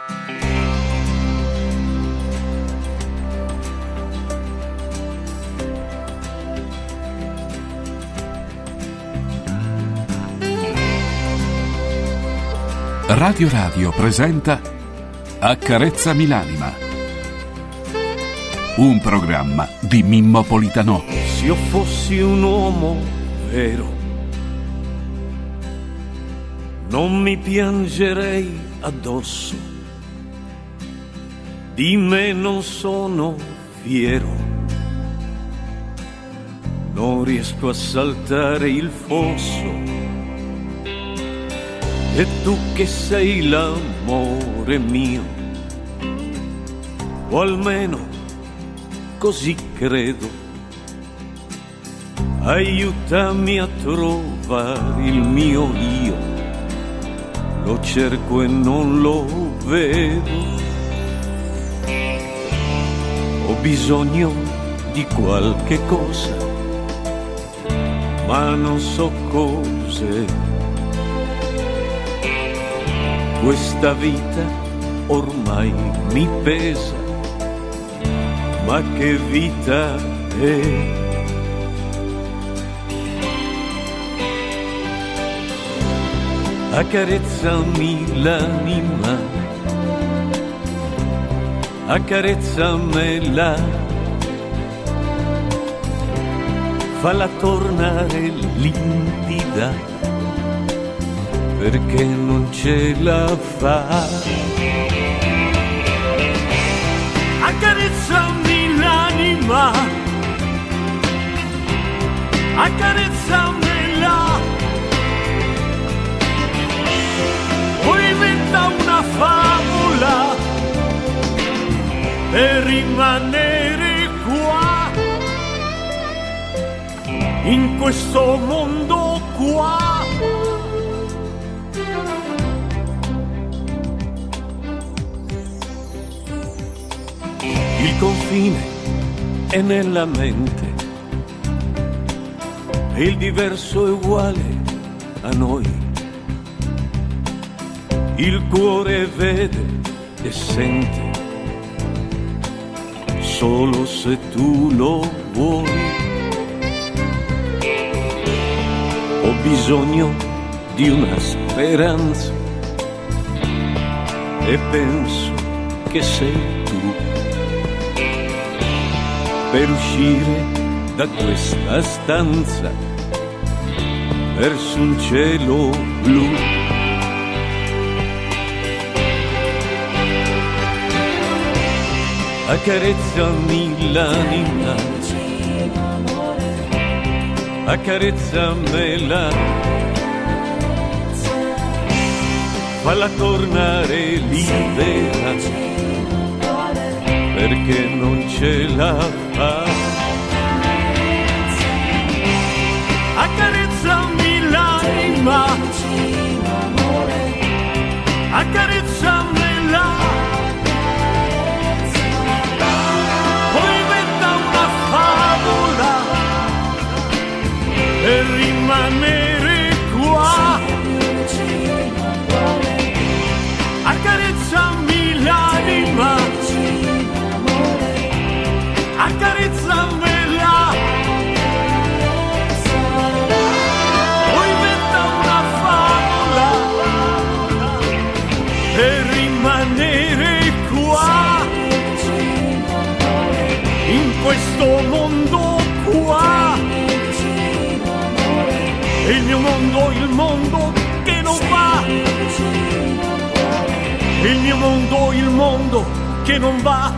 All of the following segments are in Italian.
Radio Radio presenta Accarezzami l'anima, un programma di Mimmo Politano. Se io fossi un uomo vero, non mi piangerei addosso, di me non sono fiero, non riesco a saltare il fosso. E tu che sei l'amore mio, o almeno così credo, aiutami a trovare il mio io, lo cerco e non lo vedo. Ho bisogno di qualche cosa, ma non so cos'è. Questa vita ormai mi pesa, ma che vita è? Accarezzami l'anima, accarezzamela, falla tornare limpida, perché non ce la fa. Accarezzami l'anima, accarezzamela, poi inventa una favola per rimanere qua, in questo mondo qua. Il confine è nella mente e il diverso è uguale a noi. Il cuore vede e sente solo se tu lo vuoi. Ho bisogno di una speranza e penso che sei tu. Per uscire da questa stanza verso un cielo blu. Accarezzami l'anima, accarezzamela, falla tornare libera, perché non ce la fa. Accarezzami l'anima, accarezzamela, poi inventa una favola per rimanere qua. Accarezzami l'anima, accarezzamela, poi inventa una favola per rimanere qua, in questo mondo qua. E il mio mondo, il mondo che non va, il mio mondo, il mondo che non va.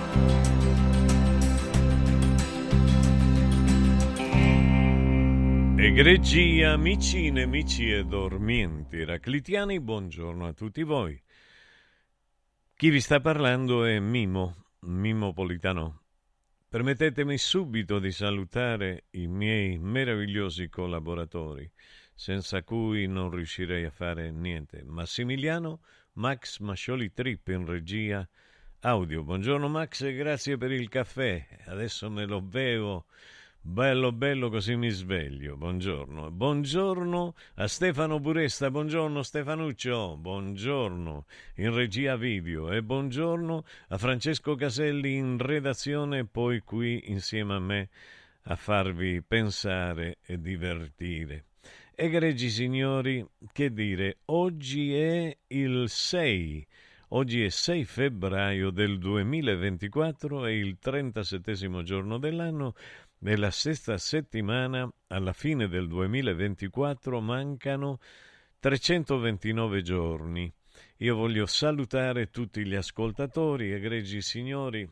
Egregi amici, nemici e dormienti raclitiani, buongiorno a tutti voi. Chi vi sta parlando è Mimmo Politano. Permettetemi subito di salutare i miei meravigliosi collaboratori, senza cui non riuscirei a fare niente. Massimiliano Max Mascioli Trip in regia audio. Buongiorno Max e grazie per il caffè. Adesso me lo bevo Bello, bello, così mi sveglio. Buongiorno. Buongiorno a Stefano Buresta. Buongiorno Stefanuccio. Buongiorno in regia video. E buongiorno a Francesco Caselli in redazione, poi qui insieme a me a farvi pensare e divertire. Egregi signori, che dire, oggi è 6 febbraio del 2024 e il 37° giorno dell'anno. Nella sesta settimana, alla fine del 2024, mancano 329 giorni. Io voglio salutare tutti gli ascoltatori, egregi signori,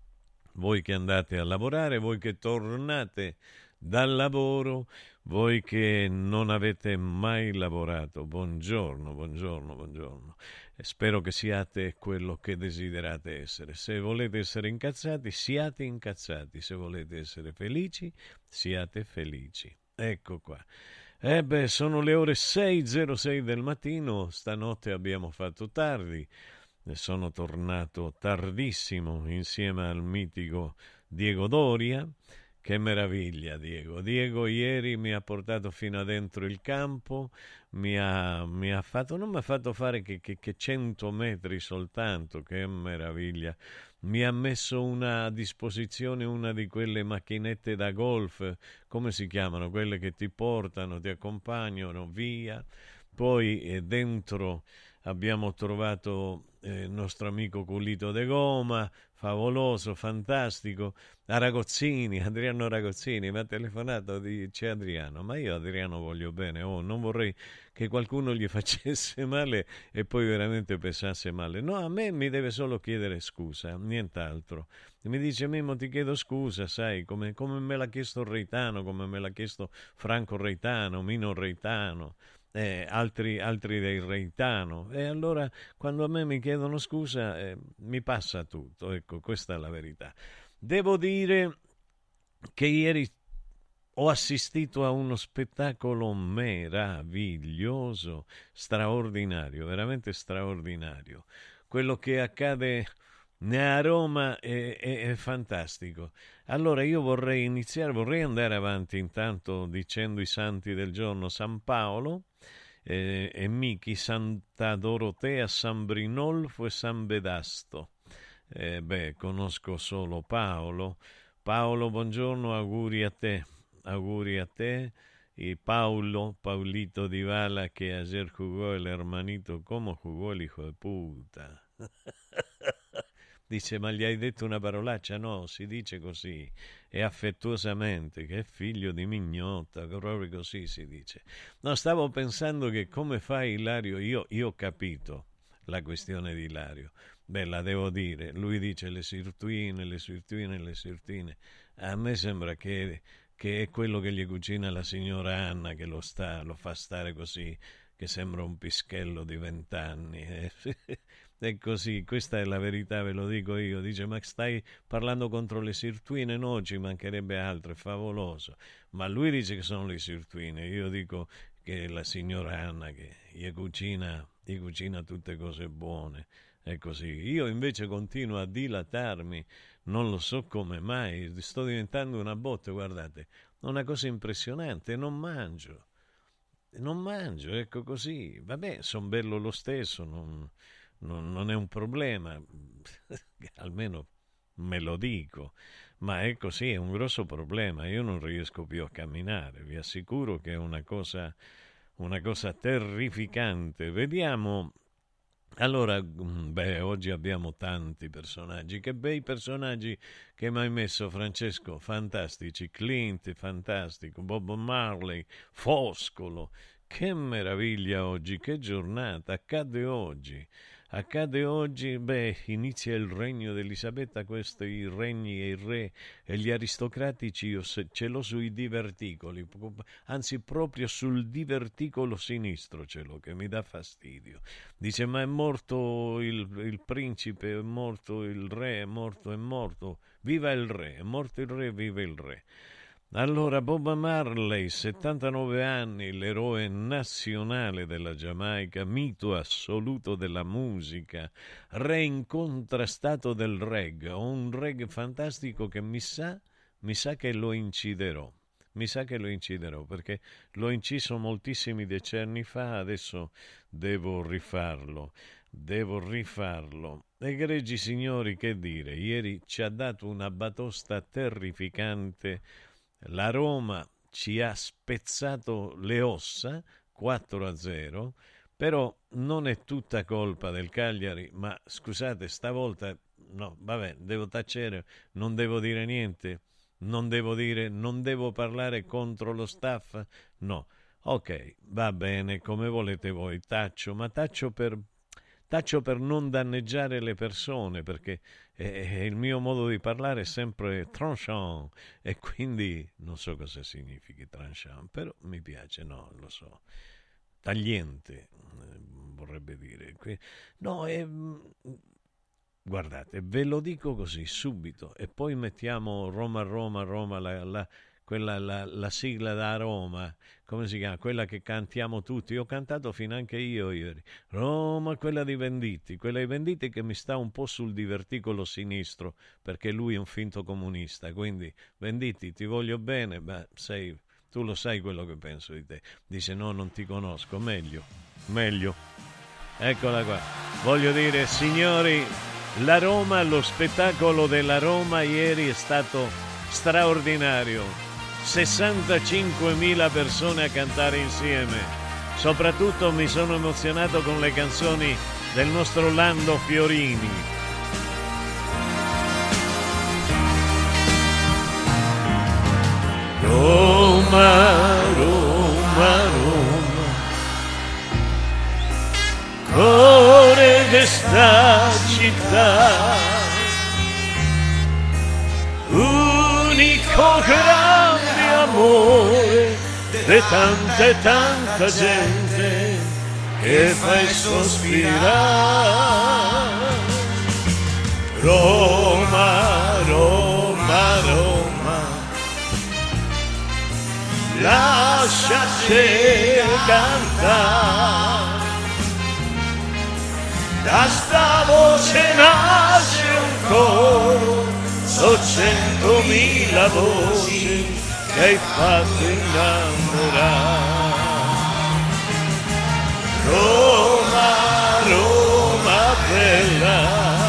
voi che andate a lavorare, voi che tornate dal lavoro, voi che non avete mai lavorato. Buongiorno, buongiorno, buongiorno. E spero che siate quello che desiderate essere. Se volete essere incazzati, siate incazzati. Se volete essere felici, siate felici. Ecco qua. Sono le ore 6:06 del mattino. Stanotte abbiamo fatto tardi. Sono tornato tardissimo insieme al mitico Diego Doria. Che meraviglia, Diego. Diego ieri mi ha portato fino a dentro il campo, non mi ha fatto fare che 100 metri soltanto, che meraviglia. Mi ha messo a disposizione una di quelle macchinette da golf, come si chiamano? Quelle che ti portano, ti accompagnano via. Poi dentro abbiamo trovato il nostro amico Culito de Goma, favoloso, fantastico. Adriano Ragozzini mi ha telefonato, dice: Adriano, ma io Adriano voglio bene, non vorrei che qualcuno gli facesse male e poi veramente pensasse male. No, a me mi deve solo chiedere scusa, nient'altro. Mi dice: Mimmo, ti chiedo scusa, sai, come me l'ha chiesto Reitano, come me l'ha chiesto Franco Reitano, Mino Reitano, altri dei Reitano. E allora quando a me mi chiedono scusa mi passa tutto, ecco, questa è la verità. Devo dire che ieri ho assistito a uno spettacolo meraviglioso, straordinario, veramente straordinario. Quello che accade a Roma è fantastico. Allora io vorrei andare avanti intanto dicendo i santi del giorno: San Paolo, Michi, Santa Dorotea, San Brinolfo e San Bedasto. Conosco solo Paolo. Paolo, buongiorno, auguri a te. Y Paulito Dybala, que ayer jugó el hermanito, ¿cómo jugó el hijo de puta? Dice: ma gli hai detto una parolaccia? No, si dice così, e affettuosamente, che è figlio di mignotta, proprio così si dice. No, stavo pensando che come fa Ilario, io ho capito la questione di Ilario. La devo dire, lui dice le sirtuine. A me sembra che è quello che gli cucina la signora Anna che lo fa stare così, che sembra un pischello di 20 anni. È così, questa è la verità, ve lo dico io. Dice: ma stai parlando contro le sirtuine? No, ci mancherebbe altro, è favoloso. Ma lui dice che sono le sirtuine, io dico che è la signora Anna che gli cucina tutte cose buone. È così. Io invece continuo a dilatarmi, non lo so come mai, sto diventando una botte, guardate, una cosa impressionante, non mangio, ecco così. Vabbè, son bello lo stesso, non è un problema, almeno me lo dico, ma è così, è un grosso problema, io non riesco più a camminare, vi assicuro che è una cosa terrificante. Vediamo. Allora, oggi abbiamo tanti personaggi, che bei personaggi che mi hai messo, Francesco, fantastici. Clint, fantastico, Bob Marley, Foscolo, che meraviglia oggi, che giornata, accade oggi, inizia il regno di Elisabetta, questi regni e i re e gli aristocratici, io ce l'ho sui diverticoli, anzi proprio sul diverticolo sinistro ce l'ho, che mi dà fastidio. Dice: ma è morto il principe, è morto il re, è morto, viva il re, è morto il re, viva il re. Allora, Bob Marley, 79 anni, l'eroe nazionale della Giamaica, mito assoluto della musica, re incontrastato del reggae, un reggae fantastico che mi sa mi sa che lo inciderò. Perché l'ho inciso moltissimi decenni fa, adesso devo rifarlo. Egregi signori, che dire, ieri ci ha dato una batosta terrificante. La Roma ci ha spezzato le ossa 4-0, però non è tutta colpa del Cagliari, ma scusate, stavolta no, vabbè, devo tacere, non devo dire niente, non devo parlare contro lo staff, no. Ok, va bene, come volete voi, taccio per non danneggiare le persone, perché il mio modo di parlare è sempre tranchant, e quindi non so cosa significhi tranchant, però mi piace, no, lo so. Tagliente, vorrebbe dire. No, guardate, ve lo dico così subito, e poi mettiamo Roma, la sigla da Roma, come si chiama? Quella che cantiamo tutti. Ho cantato finanche io ieri. Roma, quella di Venditti che mi sta un po' sul diverticolo sinistro, perché lui è un finto comunista. Quindi, Venditti, ti voglio bene, ma tu lo sai quello che penso di te. Dice no, non ti conosco. Meglio. Eccola qua. Voglio dire, signori, la Roma, lo spettacolo della Roma ieri è stato straordinario. 65.000 persone a cantare insieme. Soprattutto mi sono emozionato con le canzoni del nostro Lando Fiorini. Roma, Roma, Roma, cuore questa città, unico grande amore di tanta e tanta gente che fai sospirare. Roma, Roma, Roma, lasciaci cantare. Da sta voce nasce un coro, so 100.000 voci che hai fatto innamorare. Roma, Roma bella,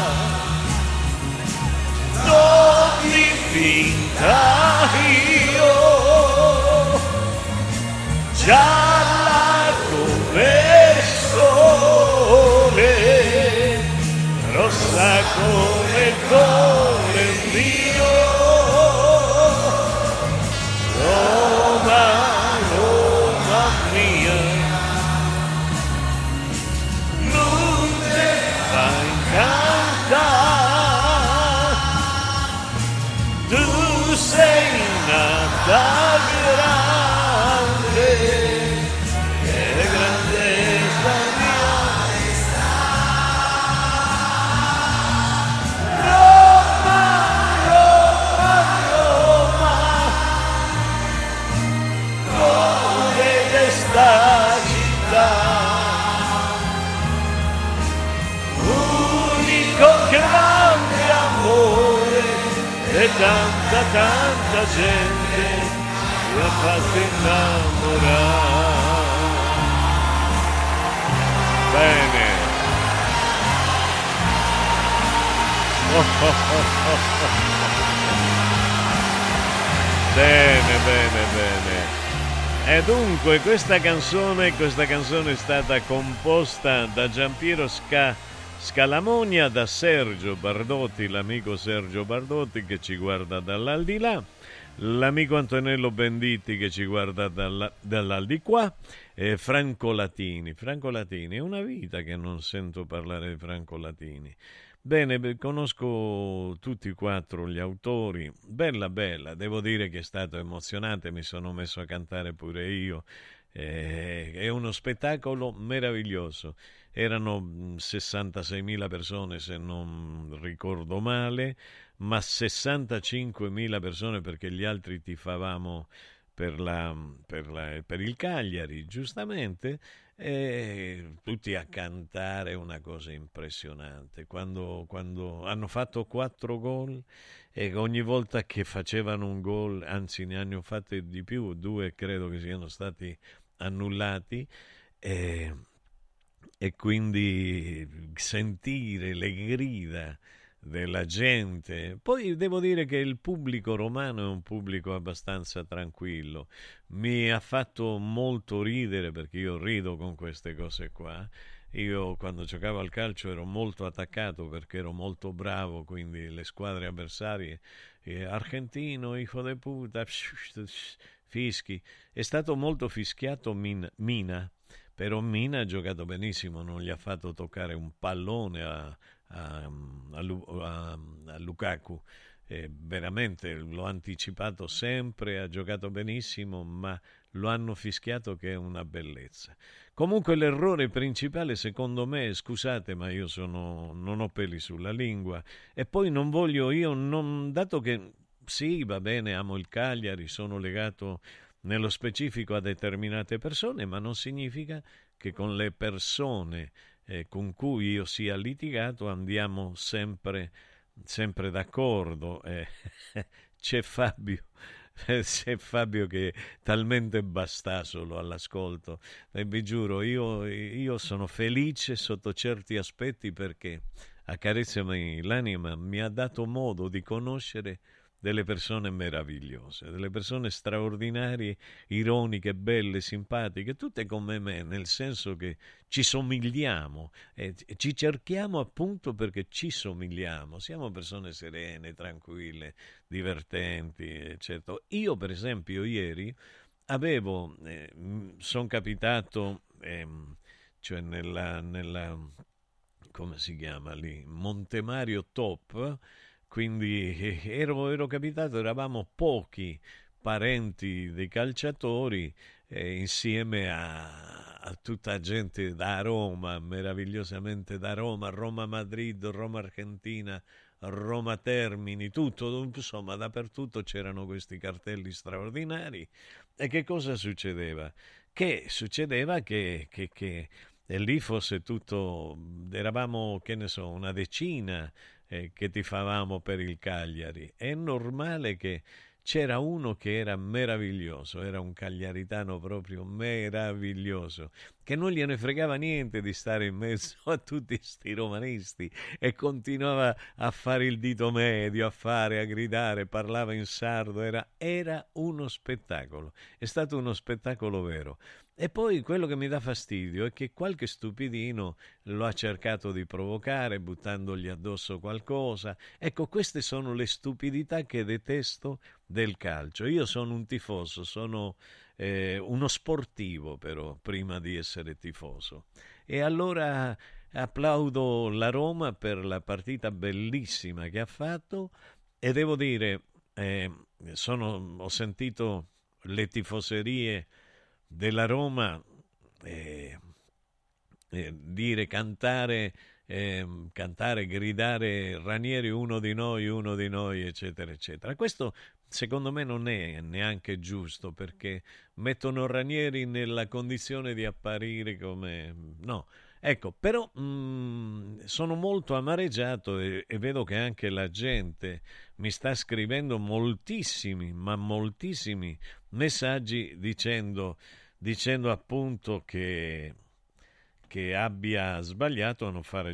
non mi finta io, gialla come sole, rossa come il cuore mio. Roma, Roma mia, non te fai incantare, tu sei nata grande, e grandezza mia. Roma, Roma, Roma, cuore questa città, unico grande amore e tanta tanta gente mi ha fatto innamorare. Bene. Bene. E dunque questa canzone è stata composta da Giampiero Scalamogna, da Sergio Bardotti, l'amico Sergio Bardotti che ci guarda dall'aldilà, l'amico Antonello Benditti che ci guarda dall'aldiquà, e Franco Latini. Franco Latini, è una vita che non sento parlare di Franco Latini. Bene, conosco tutti e quattro gli autori. Bella, devo dire che è stato emozionante, mi sono messo a cantare pure io. È uno spettacolo meraviglioso. Erano 66.000 persone, se non ricordo male, ma 65.000 persone perché gli altri tifavamo per il Cagliari, giustamente. e tutti a cantare, una cosa impressionante. Quando hanno fatto 4 gol e ogni volta che facevano un gol, anzi ne hanno fatti di più, 2 credo che siano stati annullati, e, e quindi sentire le grida della gente. Poi devo dire che il pubblico romano è un pubblico abbastanza tranquillo, mi ha fatto molto ridere perché io rido con queste cose qua. Io quando giocavo al calcio ero molto attaccato perché ero molto bravo, quindi le squadre avversarie, argentino, hijo de puta, fischi. È stato molto fischiato Mina, però Mina ha giocato benissimo, non gli ha fatto toccare un pallone a Lukaku. Veramente l'ho anticipato sempre, ha giocato benissimo, ma lo hanno fischiato che è una bellezza. Comunque l'errore principale secondo me, scusate ma io non ho peli sulla lingua e poi non voglio io, non, dato che sì va bene, amo il Cagliari, sono legato nello specifico a determinate persone, ma non significa che con le persone con cui io sia litigato andiamo sempre d'accordo. C'è Fabio. C'è Fabio che è talmente bastasolo all'ascolto e vi giuro io sono felice sotto certi aspetti perché Accarezzami l'anima mi ha dato modo di conoscere delle persone meravigliose, delle persone straordinarie, ironiche, belle, simpatiche, tutte come me, nel senso che ci somigliamo, ci cerchiamo appunto perché ci somigliamo, siamo persone serene, tranquille, divertenti, eccetera. Io, per esempio, ieri sono capitato, cioè nella, come si chiama lì, Montemario Top, quindi ero capitato, eravamo pochi parenti dei calciatori insieme a tutta gente da Roma, meravigliosamente da Roma, Roma-Madrid, Roma-Argentina, Roma Termini, tutto, insomma dappertutto c'erano questi cartelli straordinari. E che cosa succedeva? Che succedeva che e lì fosse tutto, eravamo che ne so, una decina che tifavamo per il Cagliari. È normale che c'era uno che era meraviglioso, era un cagliaritano proprio meraviglioso, che non gliene fregava niente di stare in mezzo a tutti sti romanisti e continuava a fare il dito medio, a gridare, parlava in sardo, era uno spettacolo, è stato uno spettacolo vero. E poi quello che mi dà fastidio è che qualche stupidino lo ha cercato di provocare buttandogli addosso qualcosa. Ecco, queste sono le stupidità che detesto del calcio. Io sono un tifoso, sono uno sportivo però, prima di essere tifoso. E allora applaudo la Roma per la partita bellissima che ha fatto e devo dire, ho sentito le tifoserie della Roma dire, cantare, gridare Ranieri uno di noi, eccetera, eccetera. Questo secondo me non è neanche giusto perché mettono Ranieri nella condizione di apparire come... No, ecco, però sono molto amareggiato e vedo che anche la gente mi sta scrivendo moltissimi, ma moltissimi messaggi dicendo appunto che abbia sbagliato a non fare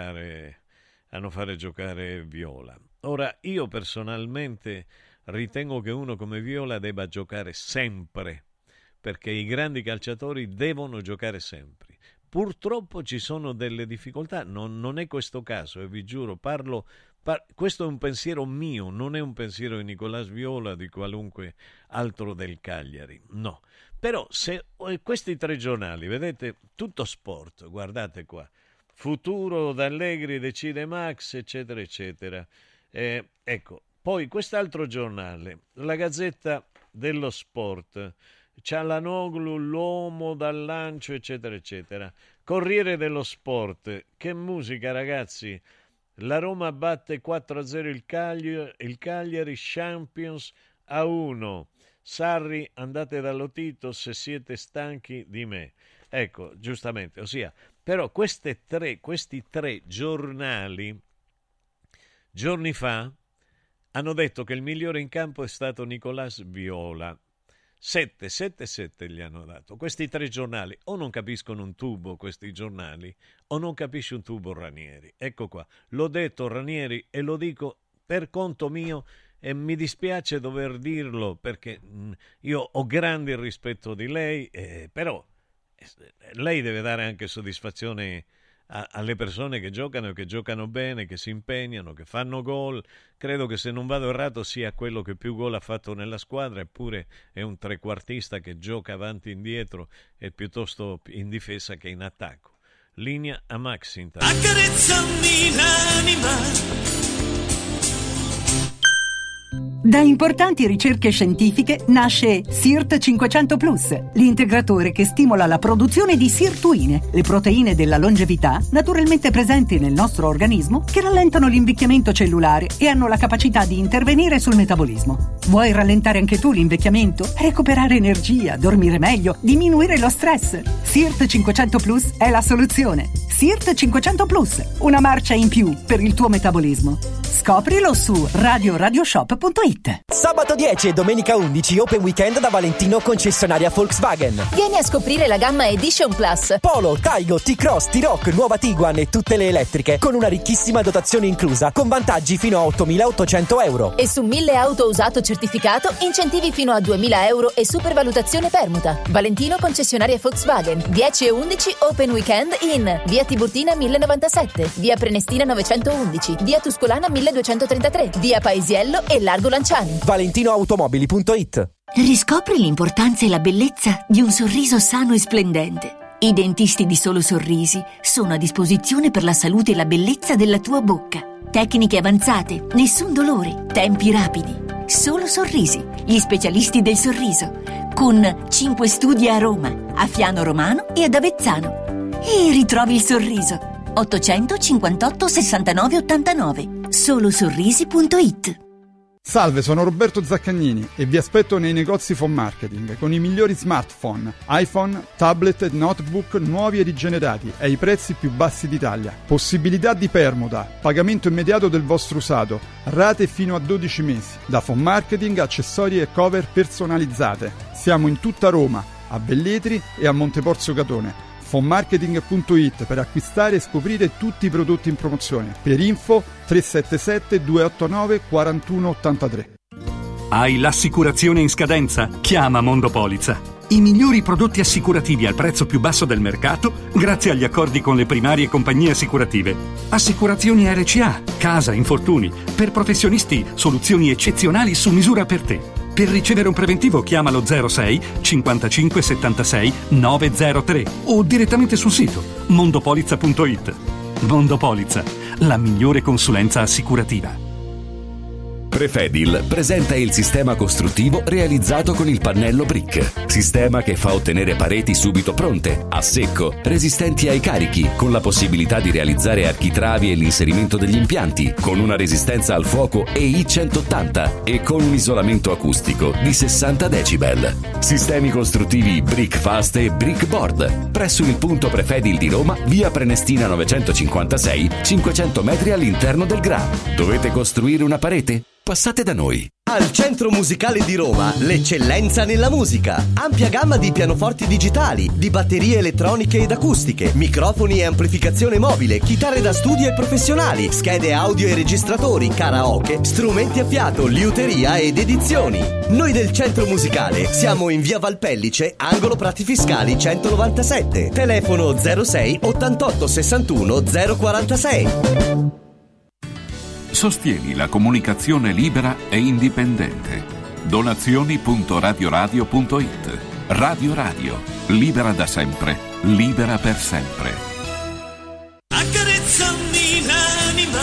giocare Viola. Ora, io personalmente ritengo che uno come Viola debba giocare sempre, perché i grandi calciatori devono giocare sempre. Purtroppo ci sono delle difficoltà, non è questo caso, e vi giuro, questo è un pensiero mio, non è un pensiero di Nicolás Viola, di qualunque altro del Cagliari, no. Però se questi 3 giornali, vedete, tutto sport, guardate qua, Futuro d'Allegri decide Max, eccetera, eccetera. Ecco, poi quest'altro giornale, la Gazzetta dello Sport, Cialanoglu, l'uomo dal lancio, eccetera, eccetera. Corriere dello Sport, che musica ragazzi, la Roma batte 4-0 il Cagliari, Champions a 1. Sarri, andate dallo Tito se siete stanchi di me. ecco, giustamente, ossia, però questi tre giornali, giorni fa, hanno detto che il migliore in campo è stato Nicolás Viola. 7 gli hanno dato. Questi tre giornali o non capiscono un tubo, questi giornali, o non capisce un tubo Ranieri. Ecco qua, l'ho detto Ranieri e lo dico per conto mio e mi dispiace dover dirlo perché io ho grande rispetto di lei, però lei deve dare anche soddisfazione alle persone che giocano bene, che si impegnano, che fanno gol. Credo che, se non vado errato, sia quello che più gol ha fatto nella squadra, eppure è un trequartista che gioca avanti e indietro e piuttosto in difesa che in attacco. Linea a Max intanto. Accarezzami l'anima. Da importanti ricerche scientifiche nasce SIRT 500 Plus, l'integratore che stimola la produzione di sirtuine, le proteine della longevità naturalmente presenti nel nostro organismo che rallentano l'invecchiamento cellulare e hanno la capacità di intervenire sul metabolismo. Vuoi rallentare anche tu l'invecchiamento? Recuperare energia, dormire meglio, diminuire lo stress? SIRT 500 Plus è la soluzione. SIRT 500 Plus, una marcia in più per il tuo metabolismo. Scoprilo su radioshop.it. Sabato 10 e domenica 11 Open Weekend da Valentino, concessionaria Volkswagen. Vieni a scoprire la gamma Edition Plus. Polo, Taigo, T-Cross, T-Rock, nuova Tiguan e tutte le elettriche con una ricchissima dotazione inclusa con vantaggi fino a 8.800 euro. E su 1.000 auto usato certificato incentivi fino a 2.000 euro e supervalutazione permuta. Valentino, concessionaria Volkswagen. 10 e 11 Open Weekend in via Tiburtina 1097, via Prenestina 911, via Tuscolana 1233, via Paesiello e largo Lanciani. ValentinoAutomobili.it. Riscopri l'importanza e la bellezza di un sorriso sano e splendente. I dentisti di Solo Sorrisi sono a disposizione per la salute e la bellezza della tua bocca. Tecniche avanzate, nessun dolore, tempi rapidi. Solo Sorrisi, gli specialisti del sorriso, con 5 studi a Roma, a Fiano Romano e ad Avezzano. E ritrovi il sorriso. 858 69 89. Solosorrisi.it. Salve, sono Roberto Zaccagnini e vi aspetto nei negozi Phone Marketing con i migliori smartphone, iPhone, tablet e notebook nuovi e rigenerati ai prezzi più bassi d'Italia. Possibilità di permuta, pagamento immediato del vostro usato, rate fino a 12 mesi. Da Phone Marketing, accessori e cover personalizzate. Siamo in tutta Roma, a Velletri e a Monteporzio Catone. Fonmarketing.it per acquistare e scoprire tutti i prodotti in promozione. Per info 377 289 4183. Hai l'assicurazione in scadenza? Chiama Mondopolizza. I migliori prodotti assicurativi al prezzo più basso del mercato grazie agli accordi con le primarie compagnie assicurative. Assicurazioni RCA, casa, infortuni. Per professionisti, soluzioni eccezionali su misura per te. Per ricevere un preventivo chiamalo 06 55 76 903 o direttamente sul sito mondopolizza.it. Mondopolizza, la migliore consulenza assicurativa. Prefedil presenta il sistema costruttivo realizzato con il pannello brick. Sistema che fa ottenere pareti subito pronte, a secco, resistenti ai carichi, con la possibilità di realizzare architravi e l'inserimento degli impianti, con una resistenza al fuoco EI 180 e con un isolamento acustico di 60 decibel. Sistemi costruttivi Brick Fast e Brick Board. Presso il punto Prefedil di Roma, via Prenestina 956, 500 metri all'interno del GRA. Dovete costruire una parete? Passate da noi. Al Centro Musicale di Roma, l'eccellenza nella musica. Ampia gamma di pianoforti digitali, di batterie elettroniche ed acustiche, microfoni e amplificazione mobile, chitarre da studio e professionali, schede audio e registratori, karaoke, strumenti a fiato, liuteria ed edizioni. Noi del Centro Musicale siamo in via Valpellice, angolo Prati Fiscali 197. Telefono 06 88 61 046. Sostieni la comunicazione libera e indipendente. Donazioni.radioradio.it. Radio Radio, libera da sempre, libera per sempre. Accarezzami l'anima.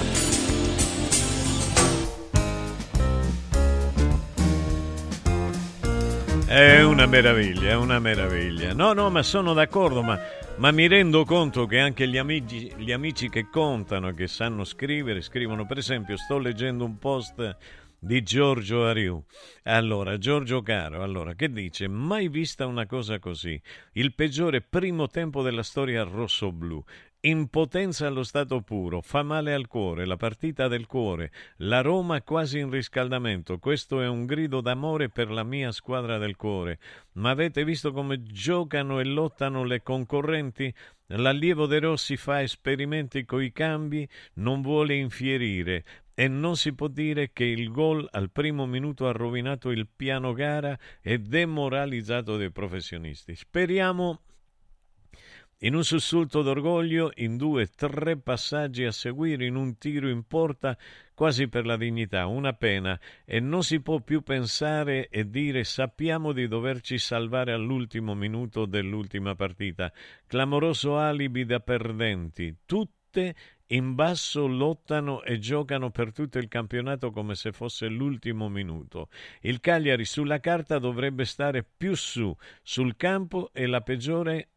È una meraviglia, è una meraviglia. No, ma sono d'accordo, ma mi rendo conto che anche gli amici che contano, che sanno scrivere, scrivono. Per esempio, sto leggendo un post di Giorgio Ariù. Allora, Giorgio caro, che dice? Mai vista una cosa così. Il peggiore primo tempo della storia rossoblù. Impotenza allo stato puro, fa male al cuore, la partita del cuore, la Roma quasi in riscaldamento. Questo è un grido d'amore per la mia squadra del cuore. Ma avete visto come giocano e lottano le concorrenti? L'allievo De Rossi fa esperimenti coi cambi, non vuole infierire. E non si può dire che il gol al primo minuto ha rovinato il piano gara e demoralizzato dei professionisti. Speriamo in un sussulto d'orgoglio, in 2-3 passaggi a seguire, in un tiro in porta quasi per la dignità, una pena, e non si può più pensare e dire sappiamo di doverci salvare all'ultimo minuto dell'ultima partita. Clamoroso alibi da perdenti, tutte in basso lottano e giocano per tutto il campionato come se fosse l'ultimo minuto. Il Cagliari sulla carta dovrebbe stare più su, sul campo è la peggiore.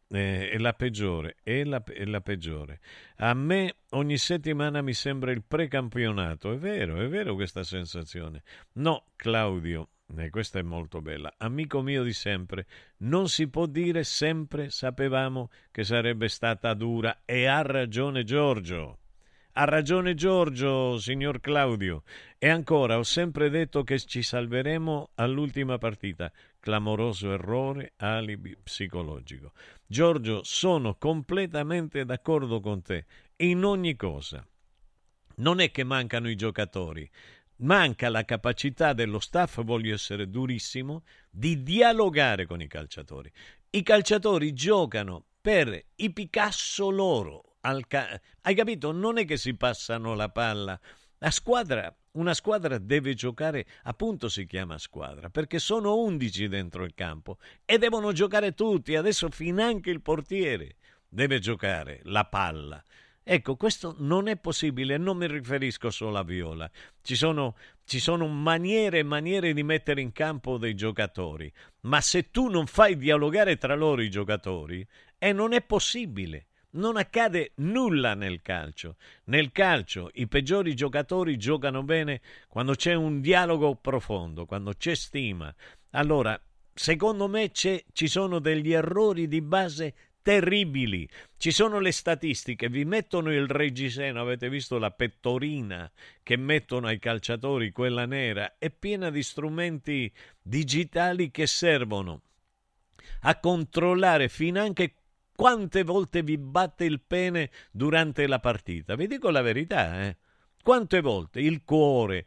A me ogni settimana mi sembra il precampionato. È vero questa sensazione. No, Claudio, questa è molto bella. Amico mio di sempre, non si può dire sempre sapevamo che sarebbe stata dura, e ha ragione Giorgio. Ha ragione Giorgio, signor Claudio. E ancora, ho sempre detto che ci salveremo all'ultima partita. Clamoroso errore, alibi psicologico. Giorgio, sono completamente d'accordo con te in ogni cosa. Non è che mancano i giocatori, manca la capacità dello staff, voglio essere durissimo, di dialogare con i calciatori. I calciatori giocano per i Picasso loro. Hai capito? Non è che si passano la palla. Una squadra deve giocare, appunto si chiama squadra, perché sono 11 dentro il campo e devono giocare tutti. Adesso finanche il portiere deve giocare la palla. Ecco, questo non è possibile, non mi riferisco solo a Viola. Ci sono maniere e maniere di mettere in campo dei giocatori, ma se tu non fai dialogare tra loro i giocatori, non è possibile. Non accade nulla nel calcio. Nel calcio i peggiori giocatori giocano bene quando c'è un dialogo profondo, quando c'è stima. Allora, secondo me ci sono degli errori di base terribili. Ci sono le statistiche, vi mettono il reggiseno, avete visto la pettorina che mettono ai calciatori, quella nera, è piena di strumenti digitali che servono a controllare finanche quante volte vi batte il pene durante la partita. Vi dico la verità, Quante volte? Il cuore,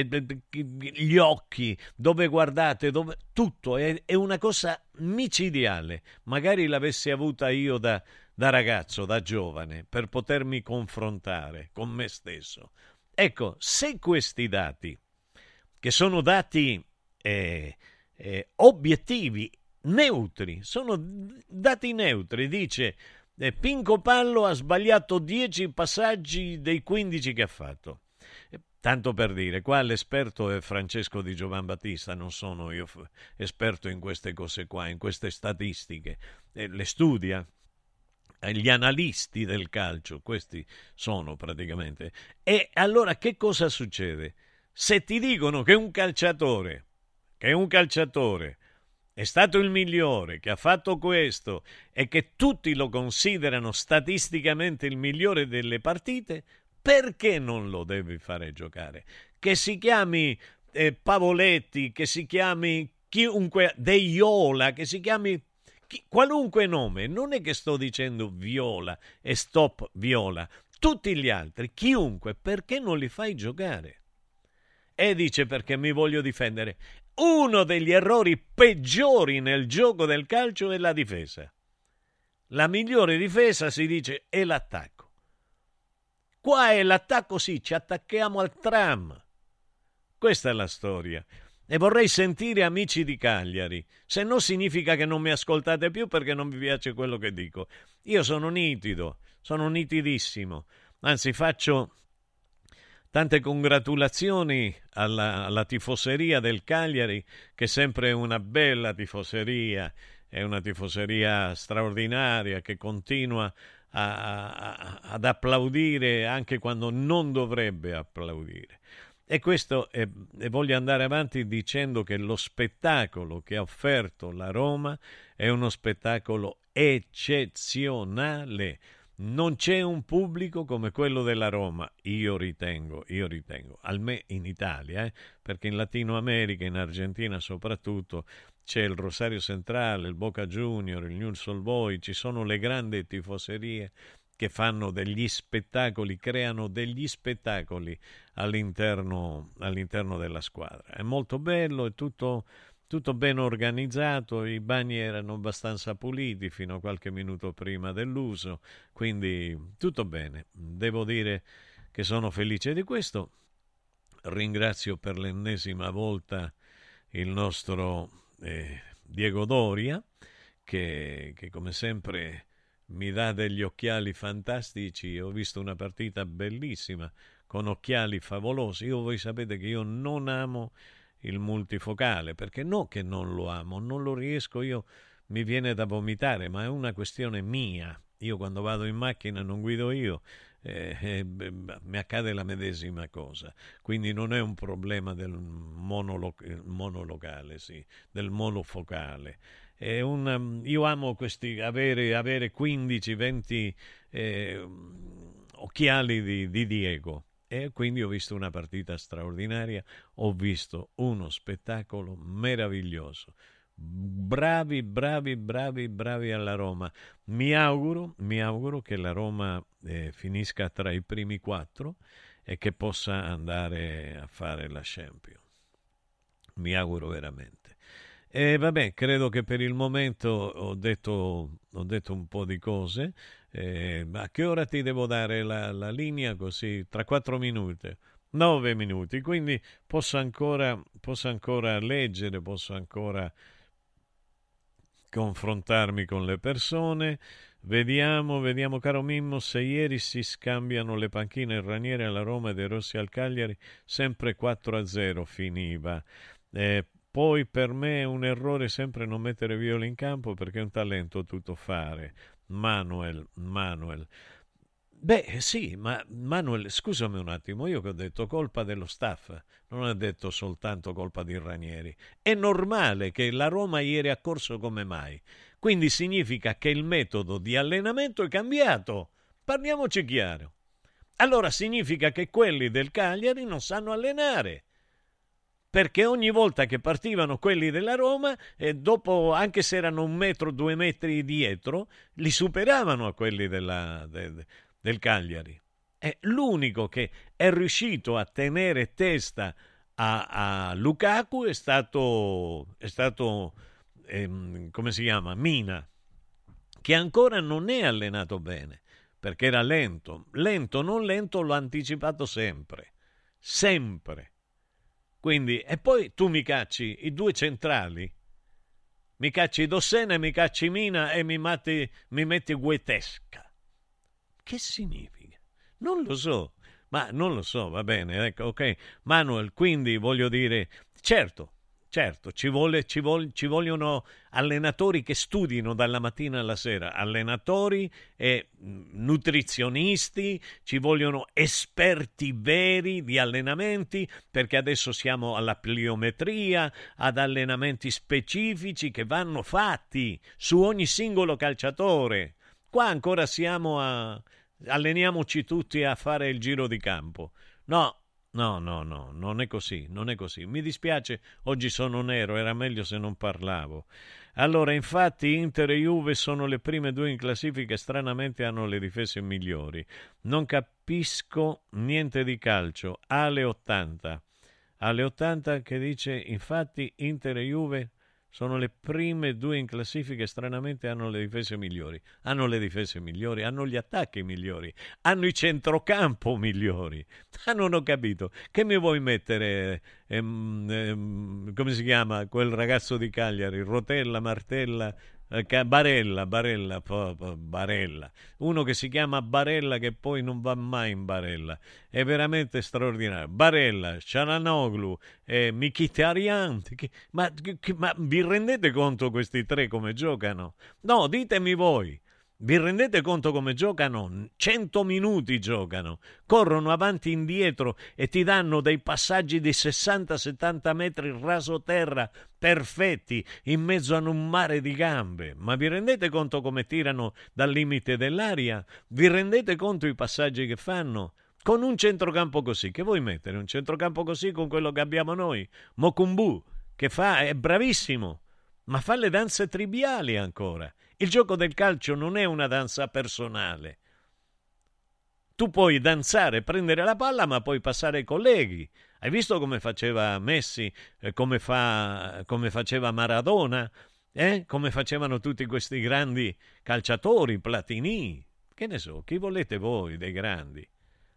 gli occhi, dove guardate, tutto è una cosa micidiale. Magari l'avessi avuta io da ragazzo, da giovane, per potermi confrontare con me stesso. Ecco, se questi dati, che sono dati obiettivi, neutri, sono dati neutri, dice Pinco Pallo ha sbagliato 10 passaggi dei 15 che ha fatto. Tanto per dire, qua l'esperto è Francesco Di Giovan Battista, non sono io esperto in queste cose qua, in queste statistiche, le studia gli analisti del calcio, questi sono praticamente. E allora che cosa succede? Se ti dicono che un calciatore è stato il migliore, che ha fatto questo e che tutti lo considerano statisticamente il migliore delle partite, perché non lo devi fare giocare? Che si chiami Pavoletti, che si chiami chiunque, De Iola, che si chiami qualunque nome, non è che sto dicendo Viola e stop Viola, tutti gli altri, chiunque, perché non li fai giocare? E dice perché mi voglio difendere. Uno degli errori peggiori nel gioco del calcio è la difesa. La migliore difesa, si dice, è l'attacco. Qua è l'attacco, sì, ci attacchiamo al tram. Questa è la storia. E vorrei sentire amici di Cagliari, se no significa che non mi ascoltate più perché non vi piace quello che dico. Io sono nitido, sono nitidissimo, anzi faccio tante congratulazioni alla tifoseria del Cagliari, che è sempre una bella tifoseria, è una tifoseria straordinaria che continua ad applaudire anche quando non dovrebbe applaudire. E questo e voglio andare avanti dicendo che lo spettacolo che ha offerto la Roma è uno spettacolo eccezionale. Non c'è un pubblico come quello della Roma, io ritengo, almeno in Italia, perché in Latino America, in Argentina soprattutto, c'è il Rosario Centrale, il Boca Junior, il Newell's Old Boys, ci sono le grandi tifoserie che fanno degli spettacoli, creano degli spettacoli all'interno della squadra. È molto bello, è tutto ben organizzato, i bagni erano abbastanza puliti fino a qualche minuto prima dell'uso, quindi tutto bene. Devo dire che sono felice di questo. Ringrazio per l'ennesima volta il nostro Diego Doria, che come sempre mi dà degli occhiali fantastici. Ho visto una partita bellissima con occhiali favolosi. Voi sapete che io non amo il multifocale, perché no che non lo amo, non lo riesco, io mi viene da vomitare, ma è una questione mia. Io quando vado in macchina non guido io, mi accade la medesima cosa, quindi non è un problema del monolocale, sì, del monofocale. Io amo avere 15-20 occhiali di Diego, e quindi ho visto una partita straordinaria, ho visto uno spettacolo meraviglioso. Bravi alla Roma. Mi auguro che la Roma finisca tra i primi 4 e che possa andare a fare la Champions. Mi auguro veramente. E vabbè, credo che per il momento ho detto un po' di cose. A che ora ti devo dare la linea? Così tra 4 minuti, 9 minuti, quindi posso ancora leggere, posso ancora confrontarmi con le persone. Vediamo caro Mimmo, se ieri si scambiano le panchine, il Ranieri alla Roma e De Rossi al Cagliari, sempre 4-0 finiva. Poi per me è un errore sempre non mettere Viola in campo, perché è un talento tutto fare. Manuel. Beh sì, ma Manuel, scusami un attimo, io che ho detto colpa dello staff, non ho detto soltanto colpa di Ranieri. È normale che la Roma ieri ha corso come mai, quindi significa che il metodo di allenamento è cambiato, parliamoci chiaro. Allora significa che quelli del Cagliari non sanno allenare, perché ogni volta che partivano quelli della Roma, dopo, anche se erano 1 metro, 2 metri dietro, li superavano a quelli del Cagliari. L'unico che è riuscito a tenere testa a Lukaku è stato come si chiama? Mina, che ancora non è allenato bene, perché era lento, non lento, l'ho anticipato sempre. Quindi, e poi tu mi cacci i 2 centrali, mi cacci Dossena, mi cacci Mina e mi metti Guetesca. Che significa? Non lo so, va bene, ecco, ok. Manuel, quindi voglio dire, certo, ci vogliono allenatori che studino dalla mattina alla sera, allenatori e nutrizionisti, ci vogliono esperti veri di allenamenti, perché adesso siamo alla pliometria, ad allenamenti specifici che vanno fatti su ogni singolo calciatore. Qua ancora alleniamoci tutti a fare il giro di campo. No, non è così. Mi dispiace, oggi sono nero, era meglio se non parlavo. Allora, infatti, Inter e Juve sono le prime 2 in classifica, stranamente hanno le difese migliori. Non capisco niente di calcio. Ale 80 che dice, infatti, Inter e Juve sono le prime 2 in classifica, stranamente hanno le difese migliori. Hanno gli attacchi migliori, hanno i centrocampo migliori. Non ho capito. Che mi vuoi mettere, come si chiama quel ragazzo di Cagliari? Rotella, Martella, Barella. Uno che si chiama Barella, che poi non va mai in Barella. È veramente straordinario. Barella, Çalhanoğlu, Mkhitaryan. Ma vi rendete conto questi 3 come giocano? No, ditemi voi Vi rendete conto come giocano? 100 minuti giocano, corrono avanti e indietro e ti danno dei passaggi di 60-70 metri rasoterra perfetti in mezzo a un mare di gambe. Ma vi rendete conto come tirano dal limite dell'aria? Vi rendete conto i passaggi che fanno? Con un centrocampo così, che vuoi mettere? Un centrocampo così con quello che abbiamo noi? Mokumbu, che è bravissimo, ma fa le danze triviali ancora. Il gioco del calcio non è una danza personale. Tu puoi danzare, prendere la palla, ma puoi passare ai colleghi. Hai visto come faceva Messi, come faceva Maradona, come facevano tutti questi grandi calciatori, Platini? Che ne so, chi volete voi dei grandi?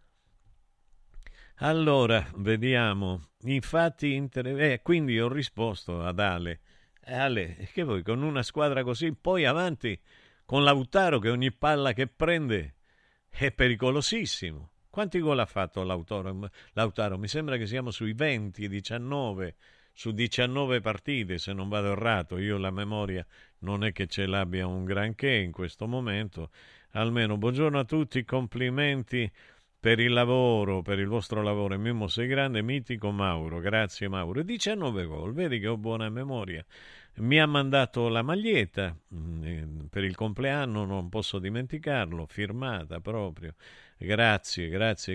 Allora, vediamo. Infatti, quindi ho risposto ad Ale. Ale, che voi con una squadra così, poi avanti con Lautaro che ogni palla che prende è pericolosissimo. Quanti gol ha fatto Lautaro? Mi sembra che siamo sui 20-19 su 19 partite, se non vado errato. Io la memoria non è che ce l'abbia un granché in questo momento. Almeno buongiorno a tutti, complimenti per il lavoro, per il vostro lavoro. Mimmo sei grande, mitico Mauro, grazie Mauro. 19 gol, vedi che ho buona memoria. Mi ha mandato la maglietta per il compleanno, non posso dimenticarlo, firmata proprio. Grazie.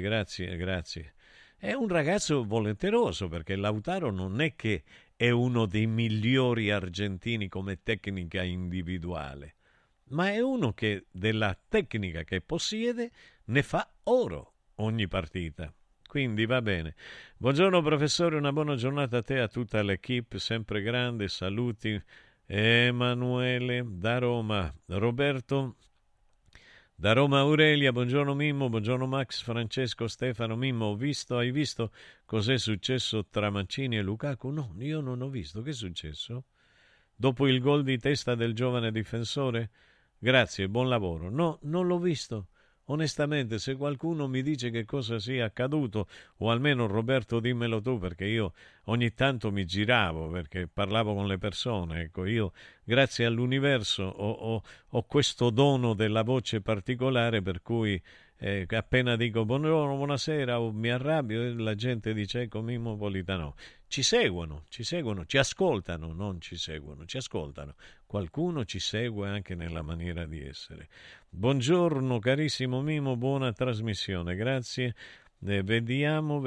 È un ragazzo volenteroso, perché Lautaro non è che è uno dei migliori argentini come tecnica individuale, ma è uno che della tecnica che possiede ne fa oro ogni partita. Quindi va bene. Buongiorno professore, una buona giornata a te e a tutta l'equipe, sempre grande, saluti. Emanuele da Roma, Roberto da Roma, Aurelia, buongiorno Mimmo, buongiorno Max, Francesco, Stefano. Mimmo, hai visto cos'è successo tra Mancini e Lukaku? No, io non ho visto. Che è successo? Dopo il gol di testa del giovane difensore? Grazie, buon lavoro. No, non l'ho visto. Onestamente, se qualcuno mi dice che cosa sia accaduto, o almeno Roberto dimmelo tu, perché io ogni tanto mi giravo, perché parlavo con le persone. Ecco, io grazie all'universo ho questo dono della voce particolare, per cui appena dico buongiorno, buonasera o mi arrabbio, la gente dice ecco Mimmo Politano. Ci seguono, ci ascoltano, non ci seguono, ci ascoltano. Qualcuno ci segue anche nella maniera di essere. Buongiorno carissimo Mimmo, buona trasmissione, grazie. Vediamo,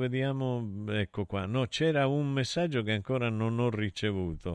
ecco qua. No, c'era un messaggio che ancora non ho ricevuto.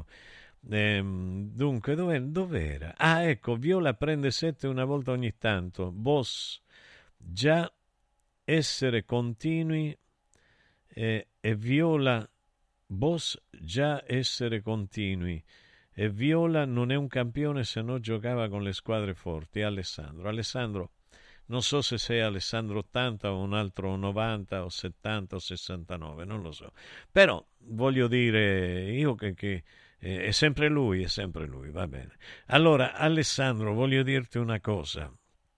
Dunque, dov'era? Ah, ecco, Viola prende 7 una volta ogni tanto. Boss, già essere continui e Viola... Boss, già essere continui. E Viola non è un campione se non giocava con le squadre forti. Alessandro, non so se sei Alessandro 80 o un altro 90 o 70 o 69, non lo so. Però voglio dire, io che è sempre lui, va bene. Allora, Alessandro, voglio dirti una cosa,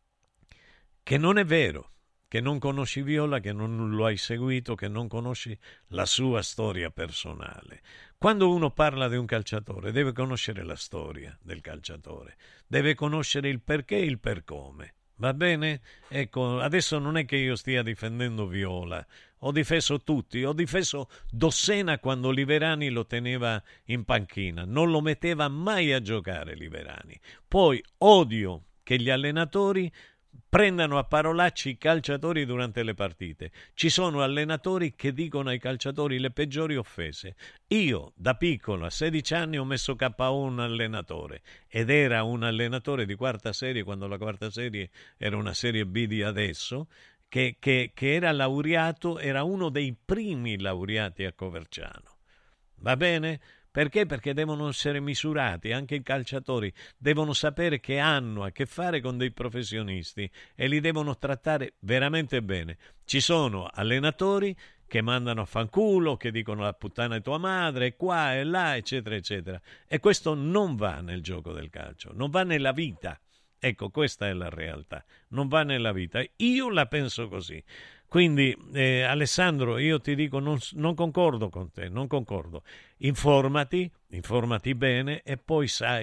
che non è vero che non conosci Viola, che non lo hai seguito, che non conosci la sua storia personale. Quando uno parla di un calciatore deve conoscere la storia del calciatore, deve conoscere il perché e il per come. Va bene? Ecco, adesso non è che io stia difendendo Viola, ho difeso tutti, ho difeso Dossena quando Liverani lo teneva in panchina, non lo metteva mai a giocare Liverani. Poi odio che gli allenatori prendano a parolacci i calciatori durante le partite. Ci sono allenatori che dicono ai calciatori le peggiori offese. Io da piccolo a 16 anni ho messo KO un allenatore, ed era un allenatore di quarta serie, quando la quarta serie era una serie B di adesso, che era laureato, era uno dei primi laureati a Coverciano. Va bene? Perché? Perché devono essere misurati, anche i calciatori devono sapere che hanno a che fare con dei professionisti e li devono trattare veramente bene. Ci sono allenatori che mandano a fanculo, che dicono la puttana è tua madre, qua e là, eccetera, eccetera. E questo non va nel gioco del calcio, non va nella vita. Ecco, questa è la realtà, non va nella vita. Io la penso così. Quindi, Alessandro, io ti dico, non concordo con te, non concordo. Informati bene e poi sai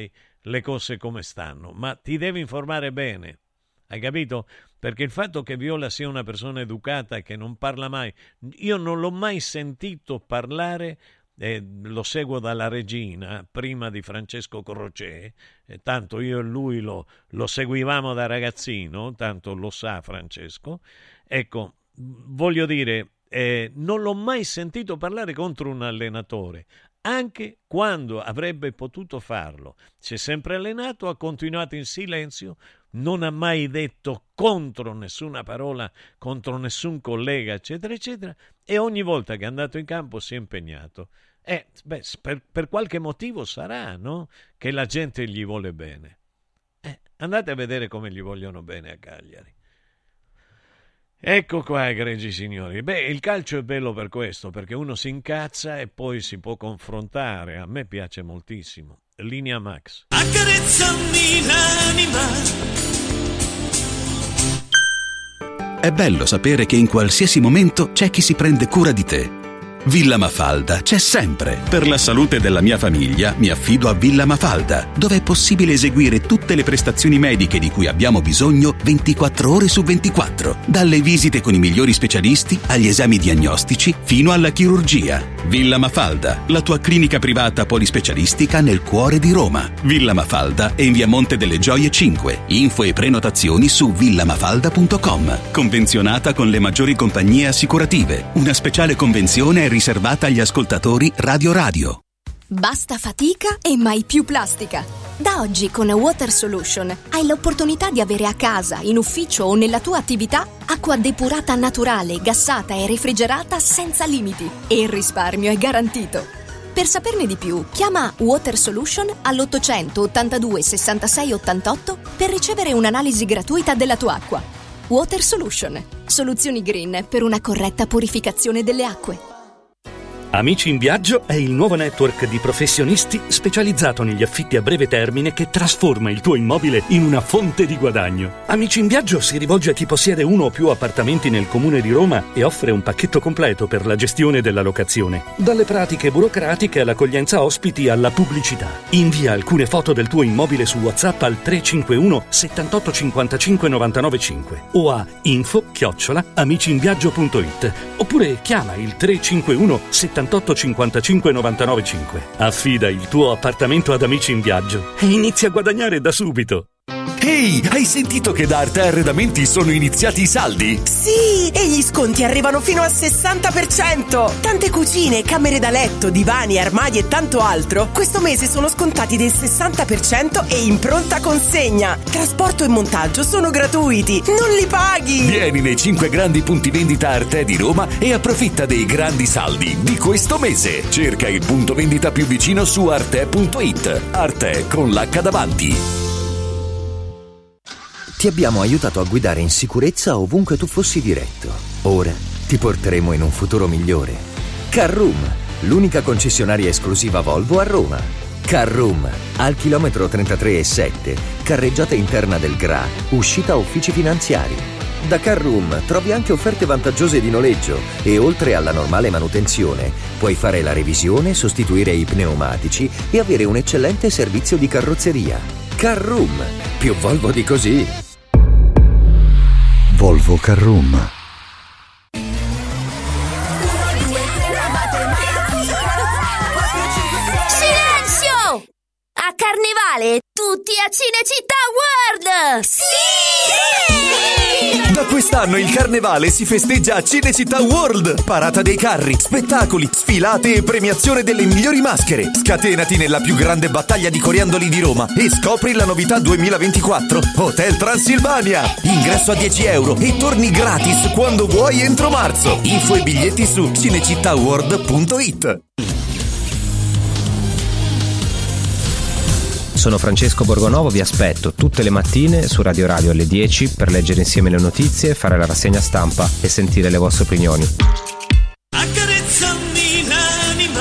le cose come stanno, ma ti devi informare bene, hai capito? Perché il fatto che Viola sia una persona educata e che non parla mai, io non l'ho mai sentito parlare, lo seguo dalla regina, prima di Francesco Crocè, tanto io e lui lo seguivamo da ragazzino, tanto lo sa Francesco, ecco, voglio dire, non l'ho mai sentito parlare contro un allenatore, anche quando avrebbe potuto farlo. Si è sempre allenato, ha continuato in silenzio, non ha mai detto contro nessuna parola, contro nessun collega, eccetera, eccetera, e ogni volta che è andato in campo si è impegnato. Per qualche motivo sarà, no? Che la gente gli vuole bene. Andate a vedere come gli vogliono bene a Cagliari. Ecco qua, egregi signori. Il calcio è bello per questo, perché uno si incazza e poi si può confrontare. A me piace moltissimo. Linea Max. Accarezzami l'anima. È bello sapere che in qualsiasi momento c'è chi si prende cura di te. Villa Mafalda c'è sempre. Per la salute della mia famiglia mi affido a Villa Mafalda, dove è possibile eseguire tutte le prestazioni mediche di cui abbiamo bisogno 24 ore su 24. Dalle visite con i migliori specialisti agli esami diagnostici fino alla chirurgia. Villa Mafalda, la tua clinica privata polispecialistica nel cuore di Roma. Villa Mafalda è in via Monte delle Gioie 5. Info e prenotazioni su villamafalda.com. Convenzionata con le maggiori compagnie assicurative. Una speciale convenzione è riservata agli ascoltatori Radio. Basta fatica e mai più plastica. Da oggi con Water Solution hai l'opportunità di avere a casa, in ufficio o nella tua attività acqua depurata naturale, gassata e refrigerata senza limiti, e il risparmio è garantito. Per saperne di più, chiama Water Solution all'800 82 66 88 per ricevere un'analisi gratuita della tua acqua. Water Solution, soluzioni green per una corretta purificazione delle acque. Amici in Viaggio è il nuovo network di professionisti specializzato negli affitti a breve termine che trasforma il tuo immobile in una fonte di guadagno. Amici in Viaggio si rivolge a chi possiede uno o più appartamenti nel comune di Roma e offre un pacchetto completo per la gestione della locazione. Dalle pratiche burocratiche all'accoglienza ospiti alla pubblicità. Invia alcune foto del tuo immobile su WhatsApp al 351 78 55 99 5 o a info@amiciinviaggio.it oppure chiama il 351 78 55 99 5. Affida il tuo appartamento ad Amici in Viaggio e inizia a guadagnare da subito. Ehi, hai sentito che da Arte Arredamenti sono iniziati i saldi? Sì, e gli sconti arrivano fino al 60%. Tante cucine, camere da letto, divani, armadi e tanto altro questo mese sono scontati del 60% e in pronta consegna. Trasporto e montaggio sono gratuiti, non li paghi. Vieni nei 5 grandi punti vendita Arte di Roma e approfitta dei grandi saldi di questo mese. Cerca il punto vendita più vicino su arte.it. Arte con l'H davanti. Ti abbiamo aiutato a guidare in sicurezza ovunque tu fossi diretto. Ora ti porteremo in un futuro migliore. Carroom, l'unica concessionaria esclusiva Volvo a Roma. Carroom, al chilometro 33,7, carreggiata interna del GRA, uscita uffici finanziari. Da Carroom trovi anche offerte vantaggiose di noleggio e oltre alla normale manutenzione puoi fare la revisione, sostituire i pneumatici e avere un eccellente servizio di carrozzeria. Carroom, più Volvo di così. Volvo Carroom. Silenzio! A Carnevale tutti a Cinecittà World! Sì! Da quest'anno il Carnevale si festeggia a Cinecittà World. Parata dei carri, spettacoli, sfilate e premiazione delle migliori maschere. Scatenati nella più grande battaglia di coriandoli di Roma e scopri la novità 2024 Hotel Transilvania. Ingresso a 10 euro e torni gratis quando vuoi entro marzo. Info e biglietti su cinecittàworld.it. Sono Francesco Borgonovo, vi aspetto tutte le mattine su Radio alle 10 per leggere insieme le notizie, fare la rassegna stampa e sentire le vostre opinioni. Accarezzami l'anima.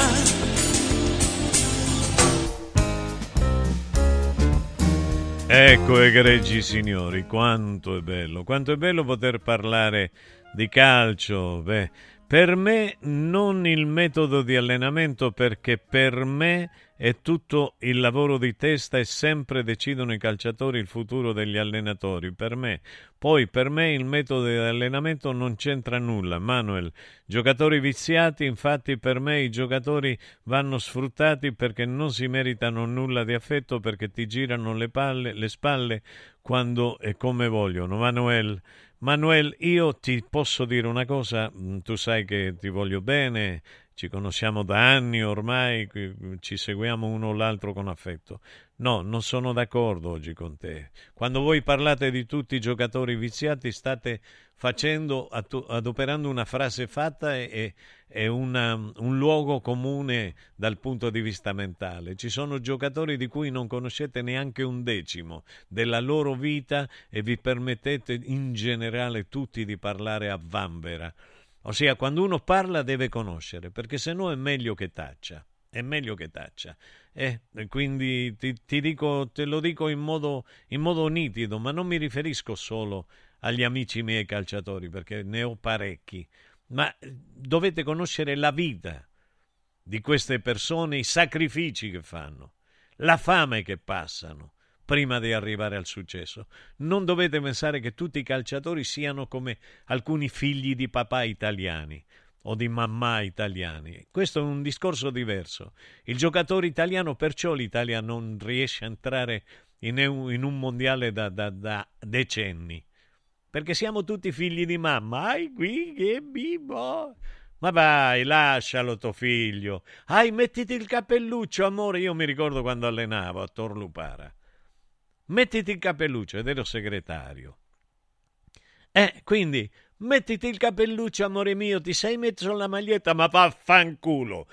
Ecco, egregi signori, quanto è bello poter parlare di calcio. Per me non il metodo di allenamento, perché per me è tutto il lavoro di testa e sempre decidono i calciatori il futuro degli allenatori. Per me il metodo di allenamento non c'entra nulla. Manuel, giocatori viziati, infatti per me i giocatori vanno sfruttati perché non si meritano nulla di affetto, perché ti girano le spalle quando e come vogliono. Manuel, io ti posso dire una cosa, tu sai che ti voglio bene, ci conosciamo da anni ormai, ci seguiamo uno o l'altro con affetto. No, non sono d'accordo oggi con te. Quando voi parlate di tutti i giocatori viziati state adoperando una frase fatta e un luogo comune dal punto di vista mentale. Ci sono giocatori di cui non conoscete neanche un decimo della loro vita e vi permettete in generale tutti di parlare a vanvera. Ossia, quando uno parla deve conoscere, perché se no è meglio che taccia. È meglio che taccia. Quindi te lo dico in modo nitido, ma non mi riferisco solo agli amici miei calciatori, perché ne ho parecchi, ma dovete conoscere la vita di queste persone, i sacrifici che fanno, la fame che passano prima di arrivare al successo. Non dovete pensare che tutti i calciatori siano come alcuni figli di papà italiani o di mamma italiani. Questo è un discorso diverso. Il giocatore italiano, perciò l'Italia non riesce a entrare in un mondiale da decenni, perché siamo tutti figli di mamma. Qui che bimbo! Ma vai, lascialo tuo figlio. Mettiti il cappelluccio, amore. Io mi ricordo quando allenavo a Tor Lupara. Mettiti il cappelluccio, ed ero segretario. Quindi mettiti il cappelluccio, amore mio, ti sei messo la maglietta, ma vaffanculo,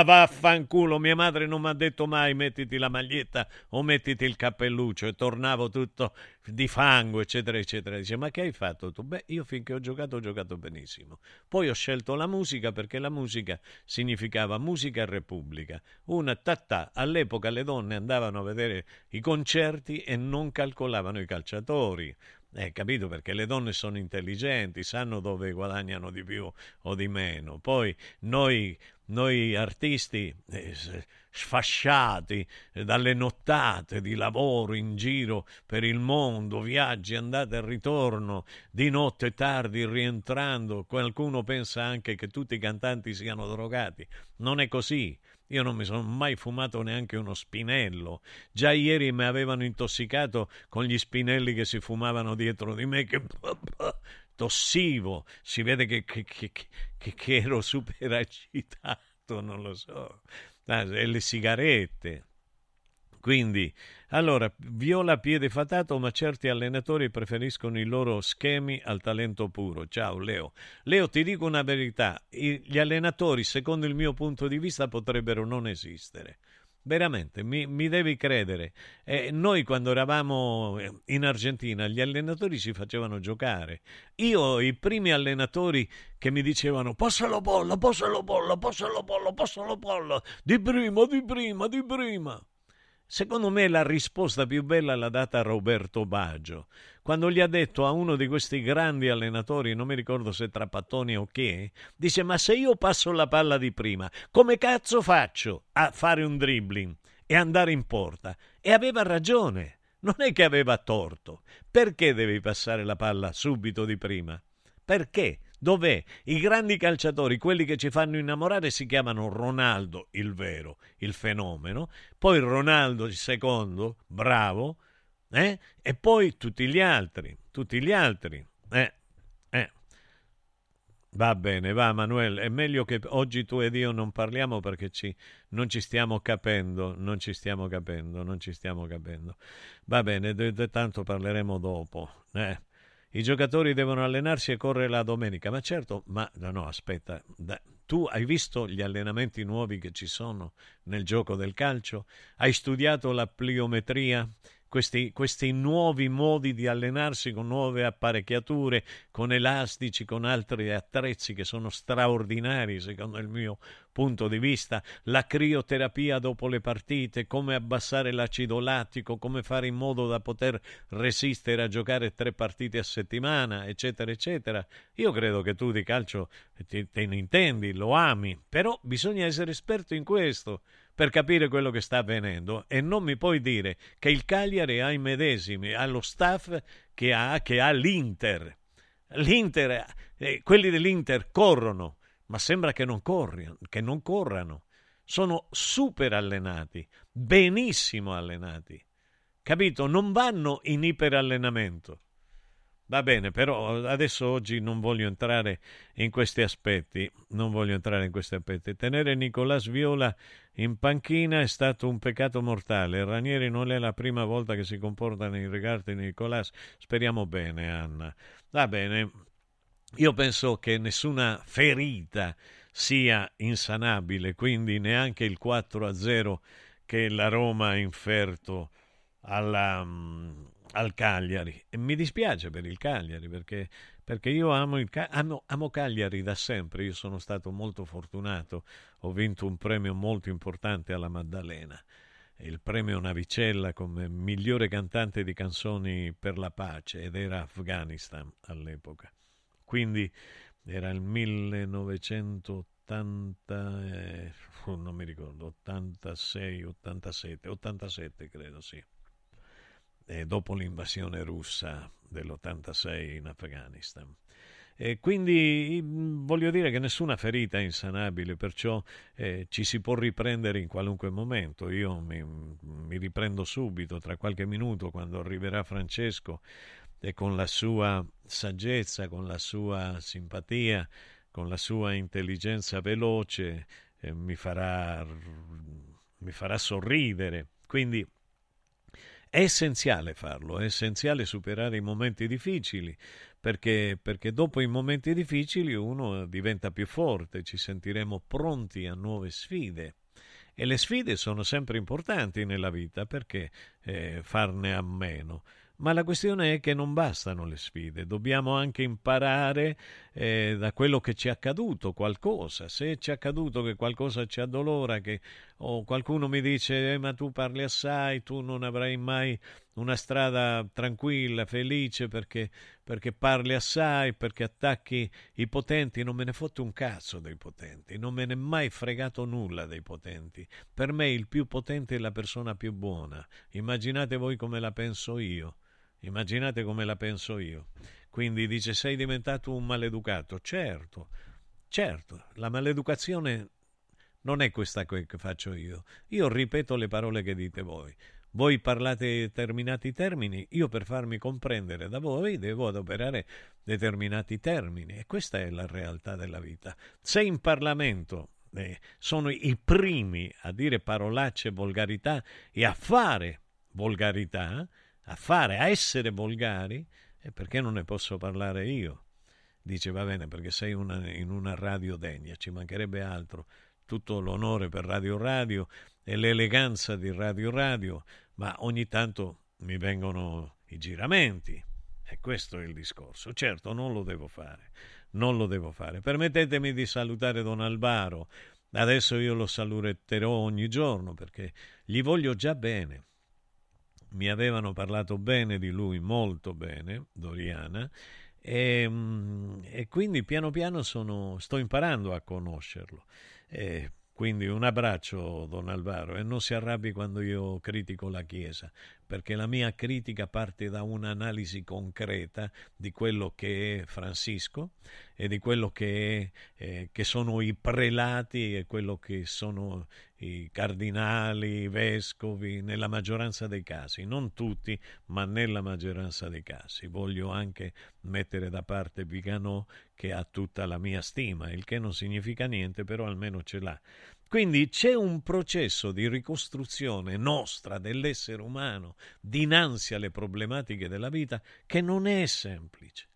mia madre non mi ha detto mai mettiti la maglietta o mettiti il cappelluccio, e tornavo tutto di fango, eccetera, eccetera. Dice, ma che hai fatto tu? Io finché ho giocato benissimo. Poi ho scelto la musica perché la musica significava musica e repubblica. All'epoca le donne andavano a vedere i concerti e non calcolavano i calciatori. Capito? Perché le donne sono intelligenti, sanno dove guadagnano di più o di meno. Poi noi artisti sfasciati dalle nottate di lavoro in giro per il mondo, viaggi, andate e ritorno, di notte tardi rientrando, qualcuno pensa anche che tutti i cantanti siano drogati. Non è così. Io non mi sono mai fumato neanche uno spinello. Già ieri mi avevano intossicato con gli spinelli che si fumavano dietro di me, che tossivo. Si vede che ero super agitato, non lo so. E le sigarette. Quindi, allora, viola piede fatato, ma certi allenatori preferiscono i loro schemi al talento puro. Ciao Leo. Leo, ti dico una verità, gli allenatori, secondo il mio punto di vista, potrebbero non esistere. Veramente, mi devi credere. Noi quando eravamo in Argentina, gli allenatori si facevano giocare. Io, i primi allenatori che mi dicevano passalo pollo, di prima. Secondo me la risposta più bella l'ha data Roberto Baggio, quando gli ha detto a uno di questi grandi allenatori, non mi ricordo se Trapattoni o che, dice, ma se io passo la palla di prima, come cazzo faccio a fare un dribbling e andare in porta? E aveva ragione, non è che aveva torto. Perché devi passare la palla subito di prima? Perché? Dov'è? I grandi calciatori, quelli che ci fanno innamorare, si chiamano Ronaldo, il vero, il fenomeno, poi Ronaldo il secondo, bravo, e poi tutti gli altri. Va bene, va Manuel, è meglio che oggi tu ed io non parliamo perché non ci stiamo capendo. Va bene, tanto parleremo dopo, I giocatori devono allenarsi e correre la domenica. Ma certo, no, aspetta. Tu hai visto gli allenamenti nuovi che ci sono nel gioco del calcio? Hai studiato la pliometria? Questi nuovi modi di allenarsi con nuove apparecchiature, con elastici, con altri attrezzi che sono straordinari secondo il mio punto di vista, la crioterapia dopo le partite, come abbassare l'acido lattico, come fare in modo da poter resistere a giocare 3 partite a settimana, eccetera, eccetera. Io credo che tu di calcio te ne intendi, lo ami, però bisogna essere esperto in questo. per capire quello che sta avvenendo, e non mi puoi dire che il Cagliari ha i medesimi, ha lo staff che ha l'Inter. L'Inter, quelli dell'Inter corrono, ma sembra che non corrano. Sono super allenati, benissimo allenati, capito? Non vanno in iperallenamento. Va bene, però adesso oggi non voglio entrare in questi aspetti. Tenere Nicolás Viola in panchina è stato un peccato mortale. Ranieri non è la prima volta che si comporta nei riguardi di Nicolás. Speriamo bene, Anna. Va bene, io penso che nessuna ferita sia insanabile, quindi neanche il 4-0 che la Roma ha inferto al Cagliari. E mi dispiace per il Cagliari, perché io amo Cagliari da sempre. Io sono stato molto fortunato, ho vinto un premio molto importante alla Maddalena, il premio Navicella come migliore cantante di canzoni per la pace, ed era Afghanistan all'epoca, quindi era il 1980, non mi ricordo, 86, 87 credo, sì. E dopo l'invasione russa dell'86 in Afghanistan. E quindi voglio dire che nessuna ferita è insanabile, perciò ci si può riprendere in qualunque momento. Io mi riprendo subito, tra qualche minuto, quando arriverà Francesco, e con la sua saggezza, con la sua simpatia, con la sua intelligenza veloce, mi farà sorridere. Quindi è essenziale farlo, è essenziale superare i momenti difficili, perché dopo i momenti difficili uno diventa più forte, ci sentiremo pronti a nuove sfide. E le sfide sono sempre importanti nella vita, perché farne a meno? Ma la questione è che non bastano le sfide, dobbiamo anche imparare da quello che ci è accaduto qualcosa. Se ci è accaduto che qualcosa ci addolora, o qualcuno mi dice ma tu parli assai, tu non avrai mai una strada tranquilla, felice, perché parli assai, perché attacchi i potenti. Non me ne fotte un cazzo dei potenti, non me ne è mai fregato nulla dei potenti. Per me il più potente è la persona più buona. Immaginate voi come la penso io. Quindi dice sei diventato un maleducato. Certo, la maleducazione non è questa che faccio io ripeto le parole che dite voi parlate determinati termini, io per farmi comprendere da voi devo adoperare determinati termini, e questa è la realtà della vita. Se in Parlamento sono i primi a dire parolacce e volgarità e a fare volgarità, a essere volgari, e perché non ne posso parlare io? Dice va bene, perché sei in una radio degna, ci mancherebbe altro, tutto l'onore per Radio e l'eleganza di Radio, ma ogni tanto mi vengono i giramenti, e questo è il discorso. Certo, non lo devo fare. Permettetemi di salutare Don Alvaro. Adesso io lo saluterò ogni giorno, perché gli voglio già bene. Mi avevano parlato bene di lui, molto bene, Doriana, e quindi piano piano sto imparando a conoscerlo. Quindi un abbraccio, Don Alvaro, e non si arrabbi quando io critico la Chiesa, perché la mia critica parte da un'analisi concreta di quello che è Francisco e di quello che sono i prelati e quello che sono i cardinali, i vescovi, nella maggioranza dei casi, non tutti, ma nella maggioranza dei casi. Voglio anche mettere da parte Viganò, che ha tutta la mia stima, il che non significa niente, però almeno ce l'ha. Quindi c'è un processo di ricostruzione nostra dell'essere umano dinanzi alle problematiche della vita che non è semplice,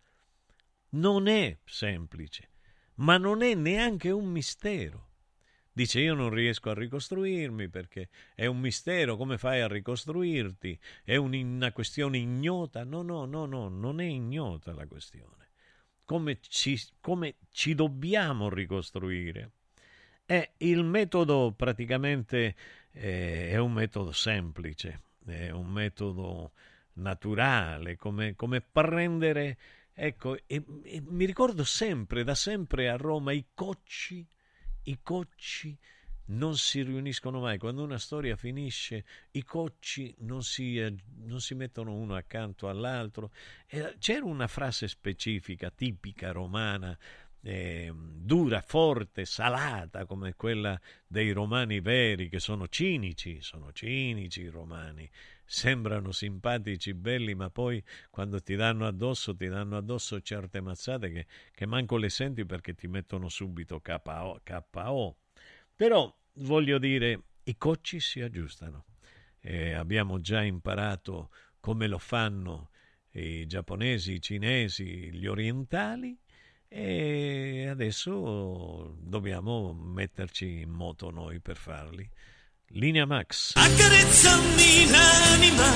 ma non è neanche un mistero. Dice io non riesco a ricostruirmi perché è un mistero, come fai a ricostruirti? È una questione ignota? No, non è ignota la questione. Come ci dobbiamo ricostruire? Il metodo praticamente è un metodo semplice, è un metodo naturale, come prendere, ecco, e mi ricordo da sempre a Roma i cocci non si riuniscono mai. Quando una storia finisce, i cocci non si mettono uno accanto all'altro. C'era una frase specifica, tipica romana, dura, forte, salata, come quella dei romani veri, che sono cinici i romani. Sembrano simpatici, belli, ma poi quando ti danno addosso certe mazzate che manco le senti, perché ti mettono subito KO. Però voglio dire, i cocci si aggiustano. Abbiamo già imparato come lo fanno i giapponesi, i cinesi, gli orientali, e adesso dobbiamo metterci in moto noi per farli. Linea Max. Accarezzami l'anima.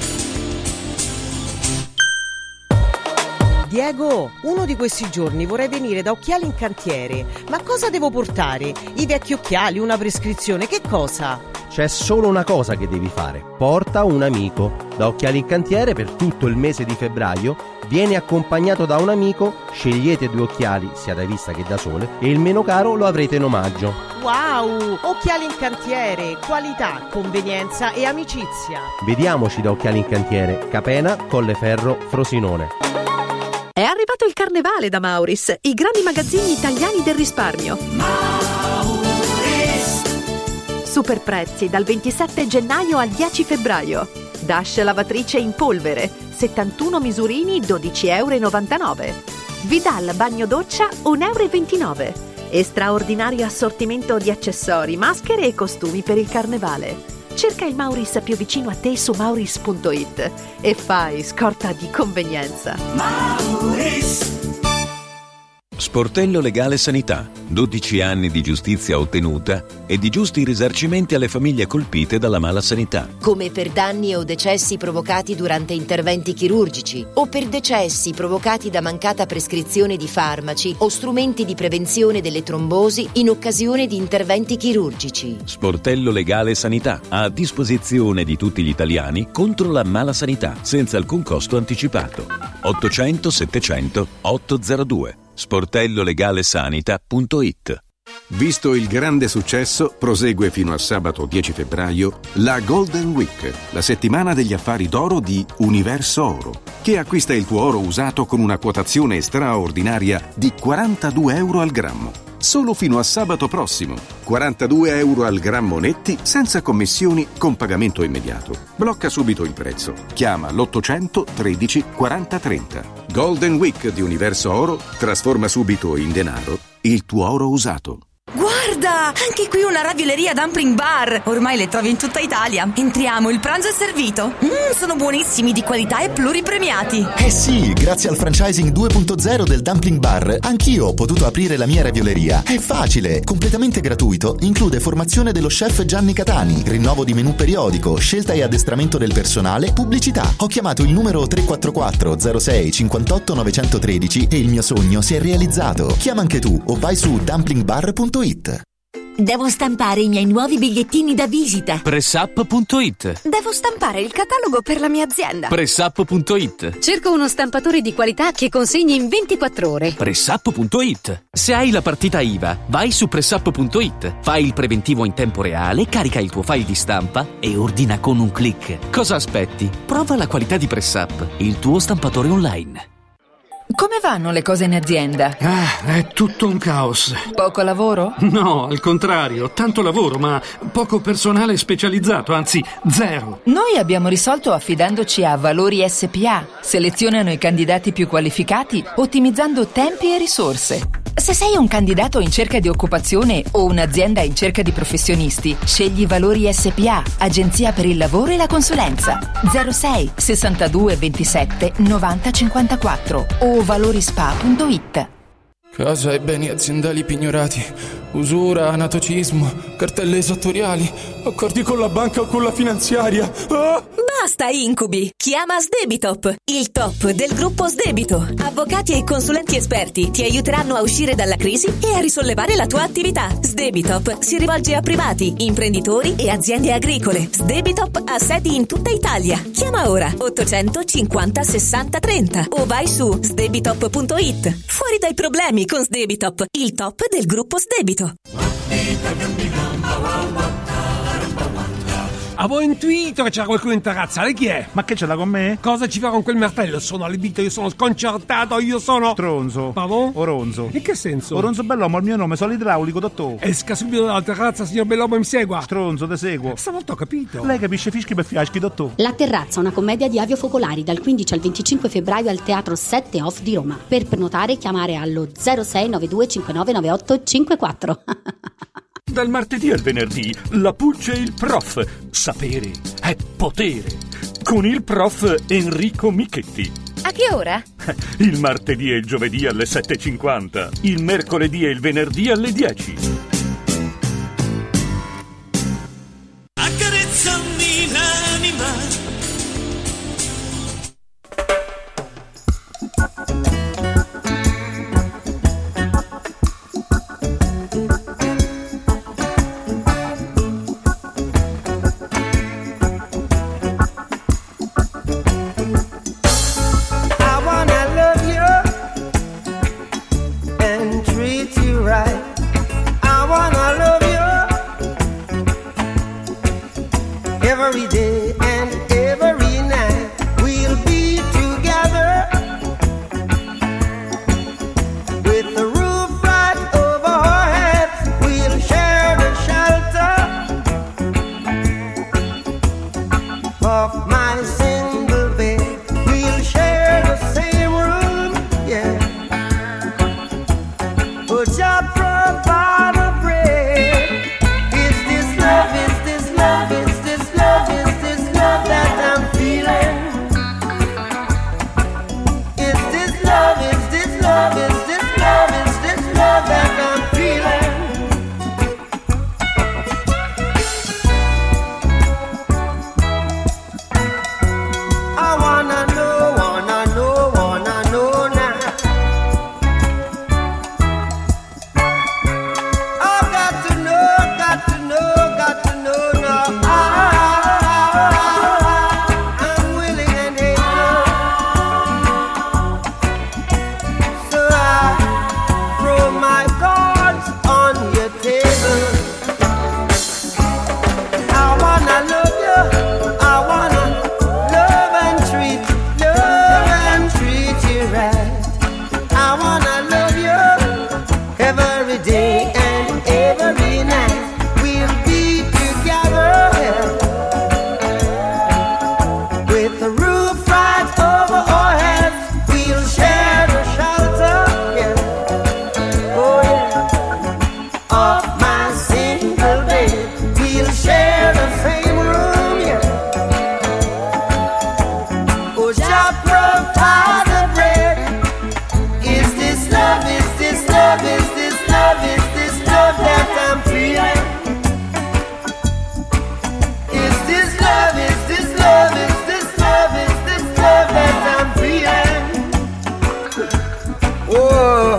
Diego, uno di questi giorni vorrei venire da Occhiali in Cantiere. Ma cosa devo portare? I vecchi occhiali, una prescrizione, che cosa? C'è solo una cosa che devi fare: porta un amico. Da Occhiali in Cantiere per tutto il mese di febbraio vieni accompagnato da un amico, scegliete 2 occhiali sia da vista che da sole e il meno caro lo avrete in omaggio. Wow! Occhiali in Cantiere, qualità, convenienza e amicizia. Vediamoci da Occhiali in Cantiere, Capena, Colleferro, Frosinone. È arrivato il Carnevale da Mauris, i grandi magazzini italiani del risparmio. Super prezzi dal 27 gennaio al 10 febbraio. Dash lavatrice in polvere, 71 misurini, 12,99 €. Vidal bagno doccia, 1,29 €. E straordinario assortimento di accessori, maschere e costumi per il Carnevale. Cerca il Mauris più vicino a te su mauris.it e fai scorta di convenienza. Mauris. Sportello Legale Sanità. 12 anni di giustizia ottenuta e di giusti risarcimenti alle famiglie colpite dalla mala sanità. Come per danni o decessi provocati durante interventi chirurgici o per decessi provocati da mancata prescrizione di farmaci o strumenti di prevenzione delle trombosi in occasione di interventi chirurgici. Sportello Legale Sanità, a disposizione di tutti gli italiani contro la mala sanità, senza alcun costo anticipato. 800 700 802. sportellolegalesanita.it. Visto il grande successo, prosegue fino a sabato 10 febbraio la Golden Week, la settimana degli affari d'oro di Universo Oro, che acquista il tuo oro usato con una quotazione straordinaria di 42 € al grammo. Solo fino a sabato prossimo. 42 € al grammo netti, senza commissioni, con pagamento immediato. Blocca subito il prezzo. Chiama l'800 13 40 30. Golden Week di Universo Oro trasforma subito in denaro il tuo oro usato. Guarda, anche qui una ravioleria Dumpling Bar. Ormai le trovi in tutta Italia. Entriamo, il pranzo è servito. Sono buonissimi, di qualità e pluripremiati. Eh sì, grazie al franchising 2.0 del Dumpling Bar, anch'io ho potuto aprire la mia ravioleria. È facile, completamente gratuito, include formazione dello chef Gianni Catani, rinnovo di menù periodico, scelta e addestramento del personale, pubblicità. Ho chiamato il numero 344 06 58 913 e il mio sogno si è realizzato. Chiama anche tu o vai su dumplingbar.it. Devo stampare i miei nuovi bigliettini da visita. Pressup.it. Devo stampare il catalogo per la mia azienda. Pressup.it. Cerco uno stampatore di qualità che consegni in 24 ore. Pressup.it. Se hai la partita IVA, vai su Pressup.it. Fai il preventivo in tempo reale, carica il tuo file di stampa e ordina con un click. Cosa aspetti? Prova la qualità di Pressup, il tuo stampatore online. Come vanno le cose in azienda? È tutto un caos. Poco lavoro? No, al contrario, tanto lavoro, ma poco personale specializzato, anzi zero. Noi abbiamo risolto affidandoci a Valori SPA. Selezionano i candidati più qualificati, ottimizzando tempi e risorse. Se sei un candidato in cerca di occupazione o un'azienda in cerca di professionisti, scegli Valori SPA, agenzia per il lavoro e la consulenza. 06 62 27 90 54 o valorispa.it. Casa e beni aziendali pignorati, usura, anatocismo, cartelle esattoriali, accordi con la banca o con la finanziaria. Basta incubi! Chiama Sdebitop, il top del gruppo Sdebito. Avvocati e consulenti esperti ti aiuteranno a uscire dalla crisi e a risollevare la tua attività. Sdebitop si rivolge a privati, imprenditori e aziende agricole. Sdebitop ha sedi in tutta Italia. Chiama ora 850 60 30 o vai su sdebitop.it. Fuori dai problemi con Sdebitop, il top del gruppo Sdebito. Avevo intuito che c'era qualcuno in terrazza, lei chi è? Ma che ce l'ha con me? Cosa ci fa con quel martello? Sono allibito, io sono sconcertato, io sono... Tronzo. Pardon? Oronzo. In che senso? Oronzo Bellomo, il mio nome, sono l'idraulico, dottore. Esca subito dalla terrazza, signor Bellomo, mi segua. Stronzo, te seguo. Stavolta ho capito. Lei capisce fischi per fiaschi, dottore. La Terrazza, una commedia di Avio Focolari, dal 15 al 25 febbraio al Teatro 7 Off di Roma. Per prenotare chiamare allo 0692 5998 54. Dal martedì al venerdì, la Pulce e il prof. Sapere è potere. Con il prof Enrico Michetti. A che ora? Il martedì e il giovedì alle 7:50. Il mercoledì e il venerdì alle 10. Accarezzami l'anima. Every day and every night we'll be together with the roof right over our heads. We'll share the shelter of my single bed. We'll share the same room, yeah. But just provide a bread. Is this love? Is this love? Is this love? Is this love that I'm feeling? Is this love? Is this love? Is this love? Is this love that I'm feeling? I wanna know now. I've got to know now. I'm willing and able. So I throw my cards on your table. I wanna love you. I wanna love and treat you right. I wanna love you every day and every night. We'll be together with the roof right over our heads. We'll share the shelter, yeah. Oh yeah, of my single bed. We'll share the same room, yeah. Oh, just provide the bread. Is this love? Is this love? Is this love? Is this love that I'm feeling? Is this love? Is this love? Is this love? Is this love that I'm feeling? Oh,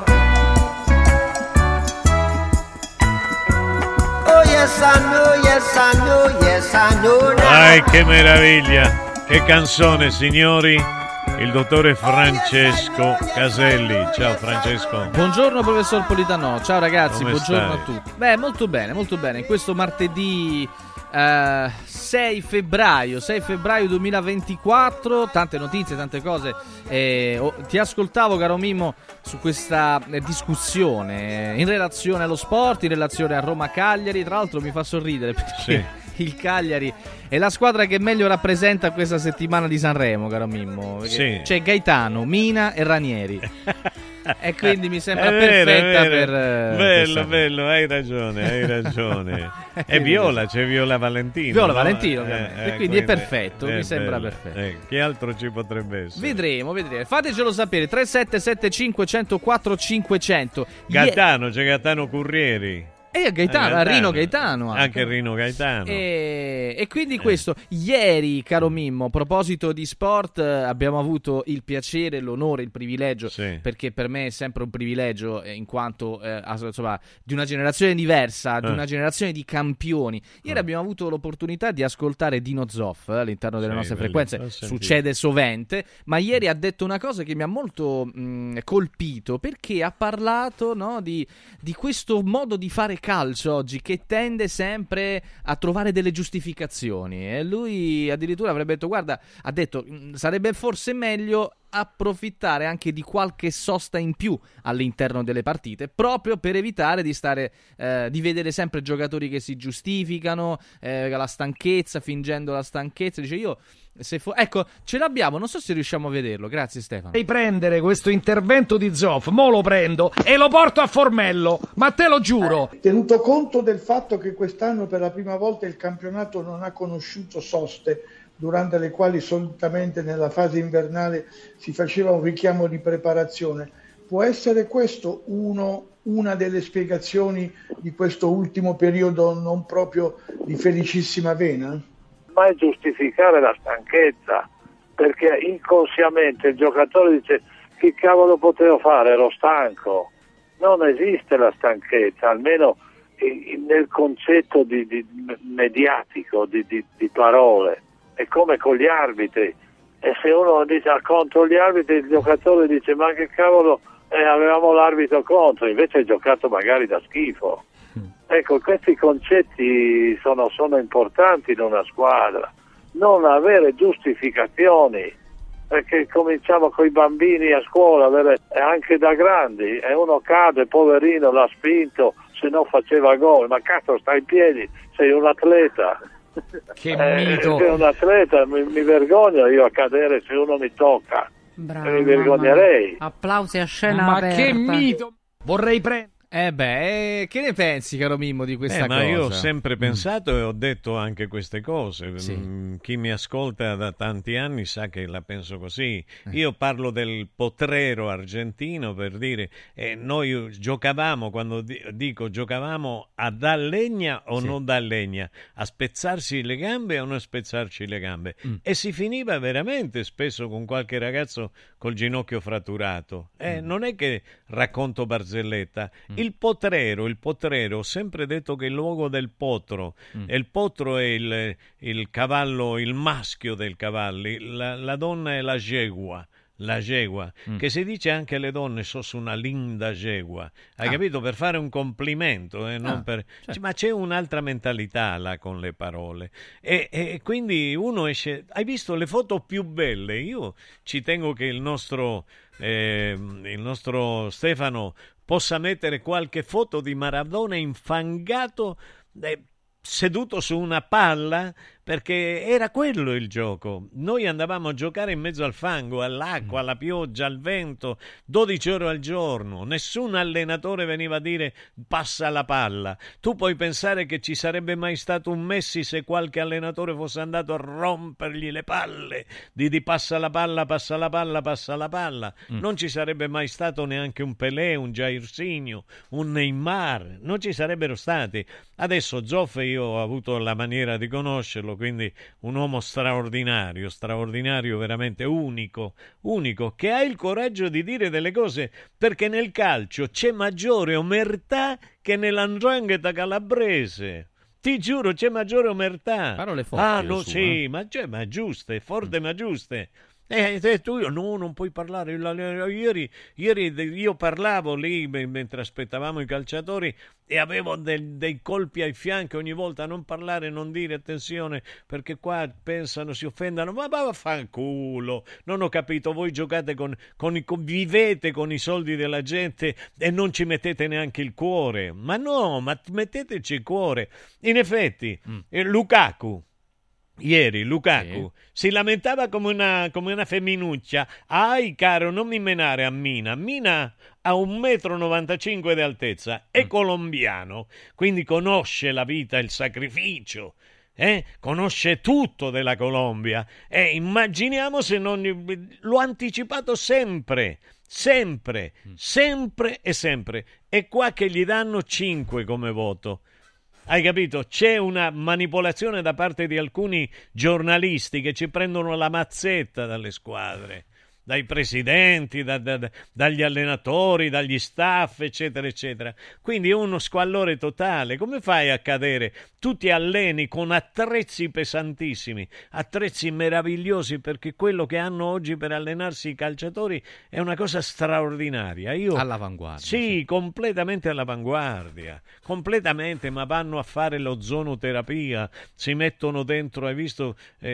oh yes I know, yes I know, yes I know now. Ai, che meraviglia! Che canzone, signori! Il dottore Francesco Caselli. Ciao Francesco. Buongiorno professor Politano. Ciao ragazzi, Come buongiorno stai? a tutti. Beh, molto bene, molto bene. In questo martedì 6 febbraio 2024, tante notizie, tante cose. Ti ascoltavo, caro Mimmo, su questa discussione in relazione allo sport, in relazione a Roma-Cagliari. Tra l'altro mi fa sorridere perché il Cagliari è la squadra che meglio rappresenta questa settimana di Sanremo, caro Mimmo. Sì. C'è Gaetano, Mina e Ranieri. E quindi mi sembra perfetta per bello, hai ragione. E Viola, c'è Viola Valentino. Viola no? Valentino, ovviamente. E quindi è perfetto, mi sembra perfetto. Che altro ci potrebbe essere? Vedremo. Fatecelo sapere. 3775 104 500. Gaetano, c'è Gaetano Currieri. Gaetano, Rino Gaetano anche Rino Gaetano. E quindi questo. Ieri, caro Mimmo, a proposito di sport, abbiamo avuto il piacere, l'onore, il privilegio, perché per me è sempre un privilegio, in quanto insomma, di una generazione diversa, di una generazione di campioni. Ieri abbiamo avuto l'opportunità di ascoltare Dino Zoff all'interno delle nostre frequenze. Succede sovente, ma ieri ha detto una cosa che mi ha molto colpito, perché ha parlato, no, di questo modo di fare calcio oggi che tende sempre a trovare delle giustificazioni, e lui addirittura avrebbe detto, guarda, ha detto sarebbe forse meglio approfittare anche di qualche sosta in più all'interno delle partite, proprio per evitare di stare di vedere sempre giocatori che si giustificano, la stanchezza, fingendo la stanchezza. Dice, io ecco, ce l'abbiamo, non so se riusciamo a vederlo. Grazie Stefano. Devi prendere questo intervento di Zoff, mo lo prendo e lo porto a Formello, ma te lo giuro. Tenuto conto del fatto che quest'anno per la prima volta il campionato non ha conosciuto soste, durante le quali solitamente nella fase invernale si faceva un richiamo di preparazione, può essere questo una delle spiegazioni di questo ultimo periodo non proprio di felicissima vena? Mai giustificare la stanchezza, perché inconsciamente il giocatore dice: che cavolo potevo fare, ero stanco. Non esiste la stanchezza, almeno nel concetto mediatico di parole. È come con gli arbitri, e se uno dice contro gli arbitri, il giocatore dice: ma che cavolo, avevamo l'arbitro contro, invece hai giocato magari da schifo. Ecco, questi concetti sono importanti in una squadra, non avere giustificazioni, perché cominciamo con i bambini a scuola, anche da grandi, e uno cade, poverino, l'ha spinto, se no faceva gol, ma cazzo, stai in piedi, sei un atleta. Che mito! Sei un atleta, mi vergogno io a cadere se uno mi tocca. Bravo, mi vergognerei. Applausi a scena ma aperta. Che mito! Vorrei prendere. Che ne pensi, caro Mimmo, di questa cosa? Ma io ho sempre pensato e ho detto anche queste cose. Sì. Chi mi ascolta da tanti anni sa che la penso così. Io parlo del potrero argentino per dire, noi giocavamo, quando dico giocavamo a da legna o non da legna, a spezzarsi le gambe o non spezzarci le gambe. E si finiva veramente spesso con qualche ragazzo col ginocchio fratturato. Non è che racconto barzelletta. Il potrero, ho sempre detto che è il luogo del potro, e il potro è il cavallo, il maschio del cavallo, la donna è la yegua, che si dice anche alle donne: sos una linda yegua, hai capito? Per fare un complimento, non per... certo. Ma c'è un'altra mentalità là con le parole, e quindi uno esce. Hai visto le foto più belle? Io ci tengo che il nostro Stefano possa mettere qualche foto di Maradona infangato, seduto su una palla, perché era quello il gioco. Noi andavamo a giocare in mezzo al fango, all'acqua, alla pioggia, al vento, 12 ore al giorno. Nessun allenatore veniva a dire passa la palla. Tu puoi pensare che ci sarebbe mai stato un Messi se qualche allenatore fosse andato a rompergli le palle di passa la palla, passa la palla, passa la palla. Non ci sarebbe mai stato neanche un Pelé, un Jairzinho, un Neymar. Non ci sarebbero stati. Adesso Zoffe, io ho avuto la maniera di conoscerlo, quindi un uomo straordinario, veramente unico, che ha il coraggio di dire delle cose, perché nel calcio c'è maggiore omertà che nella''ndrangheta calabrese. Ti giuro, c'è maggiore omertà. Parole forti. Sì, ma giuste, forte ma giuste. Tu no, non puoi parlare. Ieri io parlavo lì mentre aspettavamo i calciatori e avevo dei colpi ai fianchi ogni volta. Non parlare, non dire, attenzione, perché qua pensano, si offendano. Ma vaffanculo, non ho capito. Voi giocate vivete con i soldi della gente e non ci mettete neanche il cuore. Ma no, ma metteteci il cuore. In effetti, Lukaku si lamentava come una femminuccia. Caro, non mi menare a Mina ha 1,95 m di altezza, è colombiano, quindi conosce la vita, il sacrificio, conosce tutto della Colombia, immaginiamo se non l'ho anticipato sempre, è qua che gli danno 5 come voto. Hai capito? C'è una manipolazione da parte di alcuni giornalisti che ci prendono la mazzetta dalle squadre. dai presidenti, dagli allenatori, dagli staff, eccetera, eccetera. Quindi è uno squallore totale. Come fai a cadere? Tu ti alleni con attrezzi pesantissimi, attrezzi meravigliosi, perché quello che hanno oggi per allenarsi i calciatori è una cosa straordinaria. All'avanguardia. Sì, completamente all'avanguardia, completamente, ma vanno a fare l'ozonoterapia, si mettono dentro, hai visto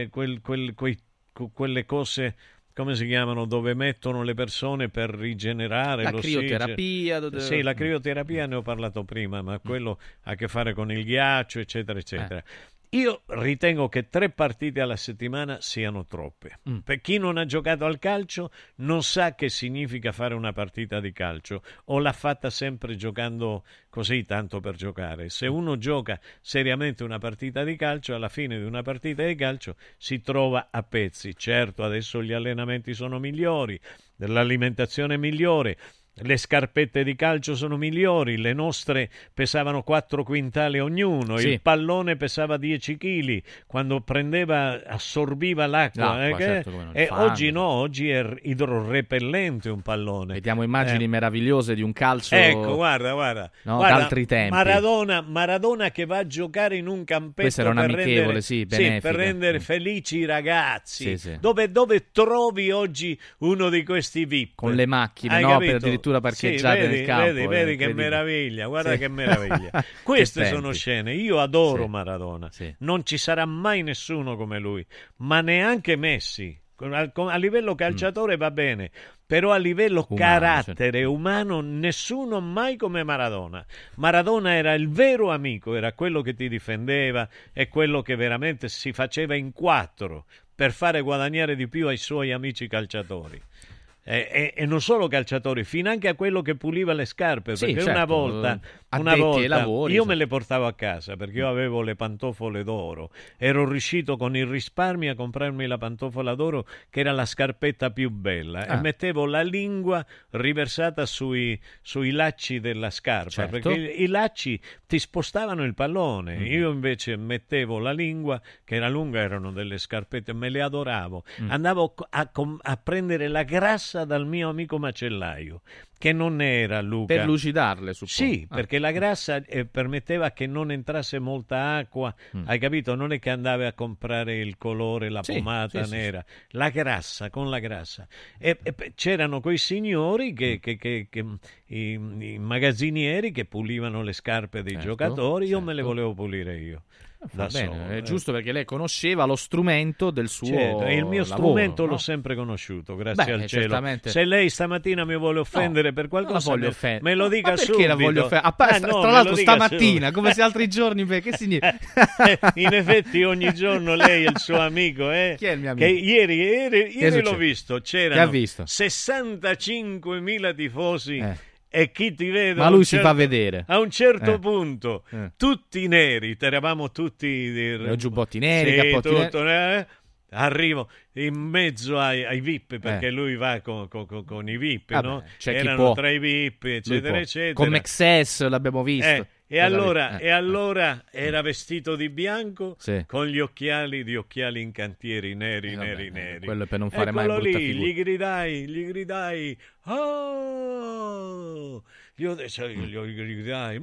quelle cose, come si chiamano, dove mettono le persone per rigenerare la crioterapia. Sì, la crioterapia ne ho parlato prima, ma quello ha a che fare con il ghiaccio, eccetera, eccetera. Io ritengo che 3 partite alla settimana siano troppe. Per chi non ha giocato al calcio non sa che significa fare una partita di calcio, o l'ha fatta sempre giocando così, tanto per giocare. Se uno gioca seriamente una partita di calcio, alla fine di una partita di calcio si trova a pezzi. Certo, adesso gli allenamenti sono migliori, l'alimentazione è migliore, le scarpette di calcio sono migliori, le nostre pesavano 4 quintali ognuno, il pallone pesava 10 kg, quando prendeva assorbiva l'acqua, certo, e oggi no, oggi è idrorepellente un pallone. Vediamo immagini meravigliose di un calcio, ecco, guarda, d'altri tempi. Maradona che va a giocare in un campetto per rendere felici i ragazzi. Dove trovi oggi uno di questi VIP? Con le macchine, per parcheggiate nel campo. Vedi che meraviglia, guarda che meraviglia. Queste sono scene. Io adoro Maradona. Non ci sarà mai nessuno come lui, ma neanche Messi. A livello calciatore va bene, però a livello carattere umano nessuno mai come Maradona. Maradona era il vero amico, era quello che ti difendeva, è quello che veramente si faceva in 4 per fare guadagnare di più ai suoi amici calciatori. E non solo calciatori, fino anche a quello che puliva le scarpe, perché una volta io me le portavo a casa, perché io avevo le pantofole d'oro, ero riuscito con il risparmio a comprarmi la pantofola d'oro, che era la scarpetta più bella, e mettevo la lingua riversata sui lacci della scarpa, perché i lacci ti spostavano il pallone. Io invece mettevo la lingua, che era lunga, erano delle scarpette, me le adoravo. Andavo a prendere la grassa dal mio amico macellaio, che non era Luca, per lucidarle, suppongo. Sì, perché la grassa permetteva che non entrasse molta acqua, hai capito? Non è che andavi a comprare il colore, la pomata nera, la grassa, con la grassa. E c'erano quei signori i magazzinieri che pulivano le scarpe dei giocatori, io me le volevo pulire io. Va bene, è giusto, perché lei conosceva lo strumento del suo e il mio lavoro, strumento l'ho sempre conosciuto, grazie al cielo. Certamente. Se lei stamattina mi vuole offendere per qualcosa, me lo dica subito. Perché la voglio offendere? Tra l'altro stamattina, come se altri giorni, che significa? In effetti ogni giorno lei è il suo amico, Chi è il mio amico? Che ieri l'ho visto, c'erano 65.000 tifosi. E chi ti vede, ma lui si fa vedere a un certo punto, tutti neri, eravamo tutti giubbotti neri, cappotti neri. Arrivo in mezzo ai VIP, perché lui va con i VIP, no? Erano tra i VIP, eccetera, eccetera. Con Mexes l'abbiamo visto. E allora era vestito di bianco, con gli occhiali in cantieri neri. Quello è per non fare mai brutta figura. Gli gridai, oh! Io gli gridai,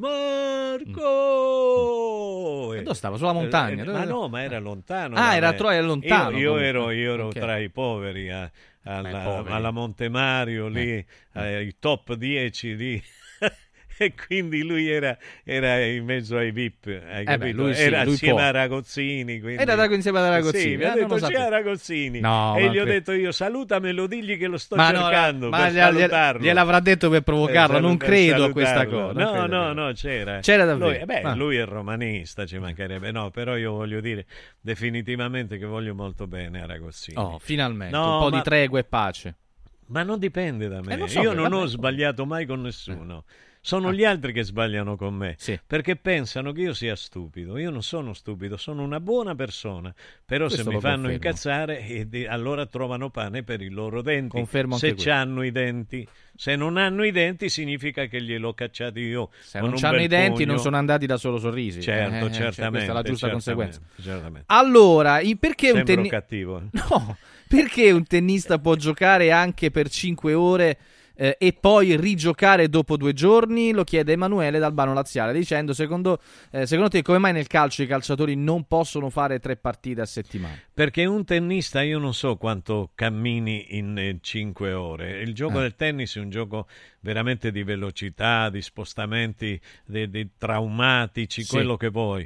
Marco! Dove stava? Sulla montagna? Ma era lontano. Era lontano. Io ero tra i poveri alla Montemario, lì, ai top 10 lì. E quindi lui era in mezzo ai VIP, hai capito? Era insieme a Ragozzini. Quindi... Era insieme a Ragozzini. Sì, mi ha detto c'è Ragozzini. E gli ho detto io, salutamelo, digli che lo sto cercando per salutarlo. Gliel'avrà detto per provocarlo, non credo a questa cosa. No, c'era. C'era davvero. Lui è romanista, ci mancherebbe. No, però io voglio dire definitivamente che voglio molto bene a Ragozzini. Oh, finalmente, un po' di tregua e pace. Ma non dipende da me. Io non ho sbagliato mai con nessuno. Sono gli altri che sbagliano con me, perché pensano che io sia stupido. Io non sono stupido, sono una buona persona, però Questo se mi lo fanno confermo. incazzare allora trovano pane per i loro denti. Confermo se anche questo. c'hanno i denti. Se non hanno i denti significa che gliel'ho cacciati io. Se con non un c'hanno bel i denti pugno. non sono andati da solo sorrisi. Certo, Cioè, questa è la giusta conseguenza. Certamente. Allora, perché un Sembro cattivo. No, perché un tennista può giocare anche per 5 ore e poi rigiocare dopo 2 giorni? Lo chiede Emanuele dal Albano Laziale, dicendo: secondo te come mai nel calcio i calciatori non possono fare 3 partite a settimana? Perché un tennista, io non so quanto cammini in 5 ore. Il gioco del tennis è un gioco veramente di velocità, di spostamenti di traumatici, quello che vuoi.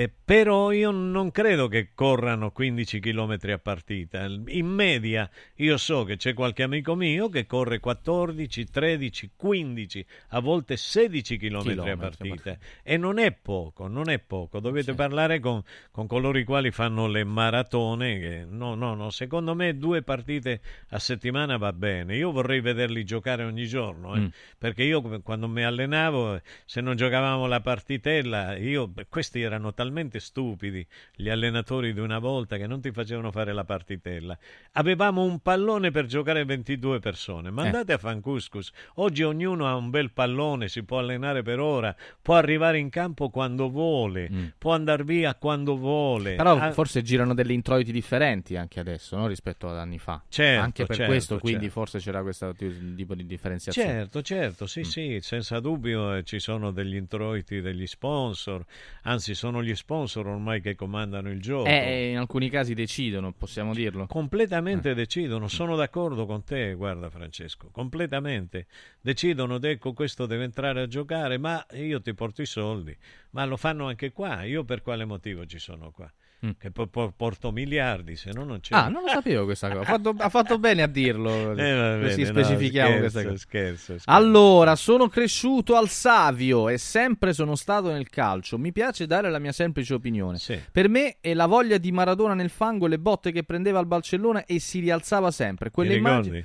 Però io non credo che corrano 15 chilometri a partita. In media io so che c'è qualche amico mio che corre 14, 13, 15, a volte 16 chilometri a partita. E non è poco, non è poco. Dovete parlare con coloro i quali fanno le maratone. Che no, secondo me 2 partite a settimana va bene. Io vorrei vederli giocare ogni giorno, perché io quando mi allenavo, se non giocavamo la partitella, questi erano talmente stupidi, gli allenatori di una volta, che non ti facevano fare la partitella. Avevamo un pallone per giocare 22 persone. Mandate a fancuscus. Oggi ognuno ha un bel pallone, si può allenare per ora, può arrivare in campo quando vuole, può andare via quando vuole. Però forse girano degli introiti differenti anche adesso, no? Rispetto ad anni fa. Certo, anche per questo, quindi forse c'era questo tipo di differenziazione. Certo, sì, senza dubbio ci sono degli introiti degli sponsor, anzi sono gli sponsor ormai che comandano il gioco. In alcuni casi decidono, possiamo dirlo. Completamente decidono, sono d'accordo con te, guarda Francesco, completamente. Decidono, ecco, questo deve entrare a giocare, ma io ti porto i soldi. Ma lo fanno anche qua, io per quale motivo ci sono qua? Che porto miliardi, se no non c'è. Non lo sapevo questa cosa. Ha fatto bene a dirlo. Così specifichiamo questa cosa. Scherzo. Allora, sono cresciuto al Savio e sempre sono stato nel calcio. Mi piace dare la mia semplice opinione. Per me è la voglia di Maradona nel fango e le botte che prendeva al Barcellona e si rialzava sempre. Quelle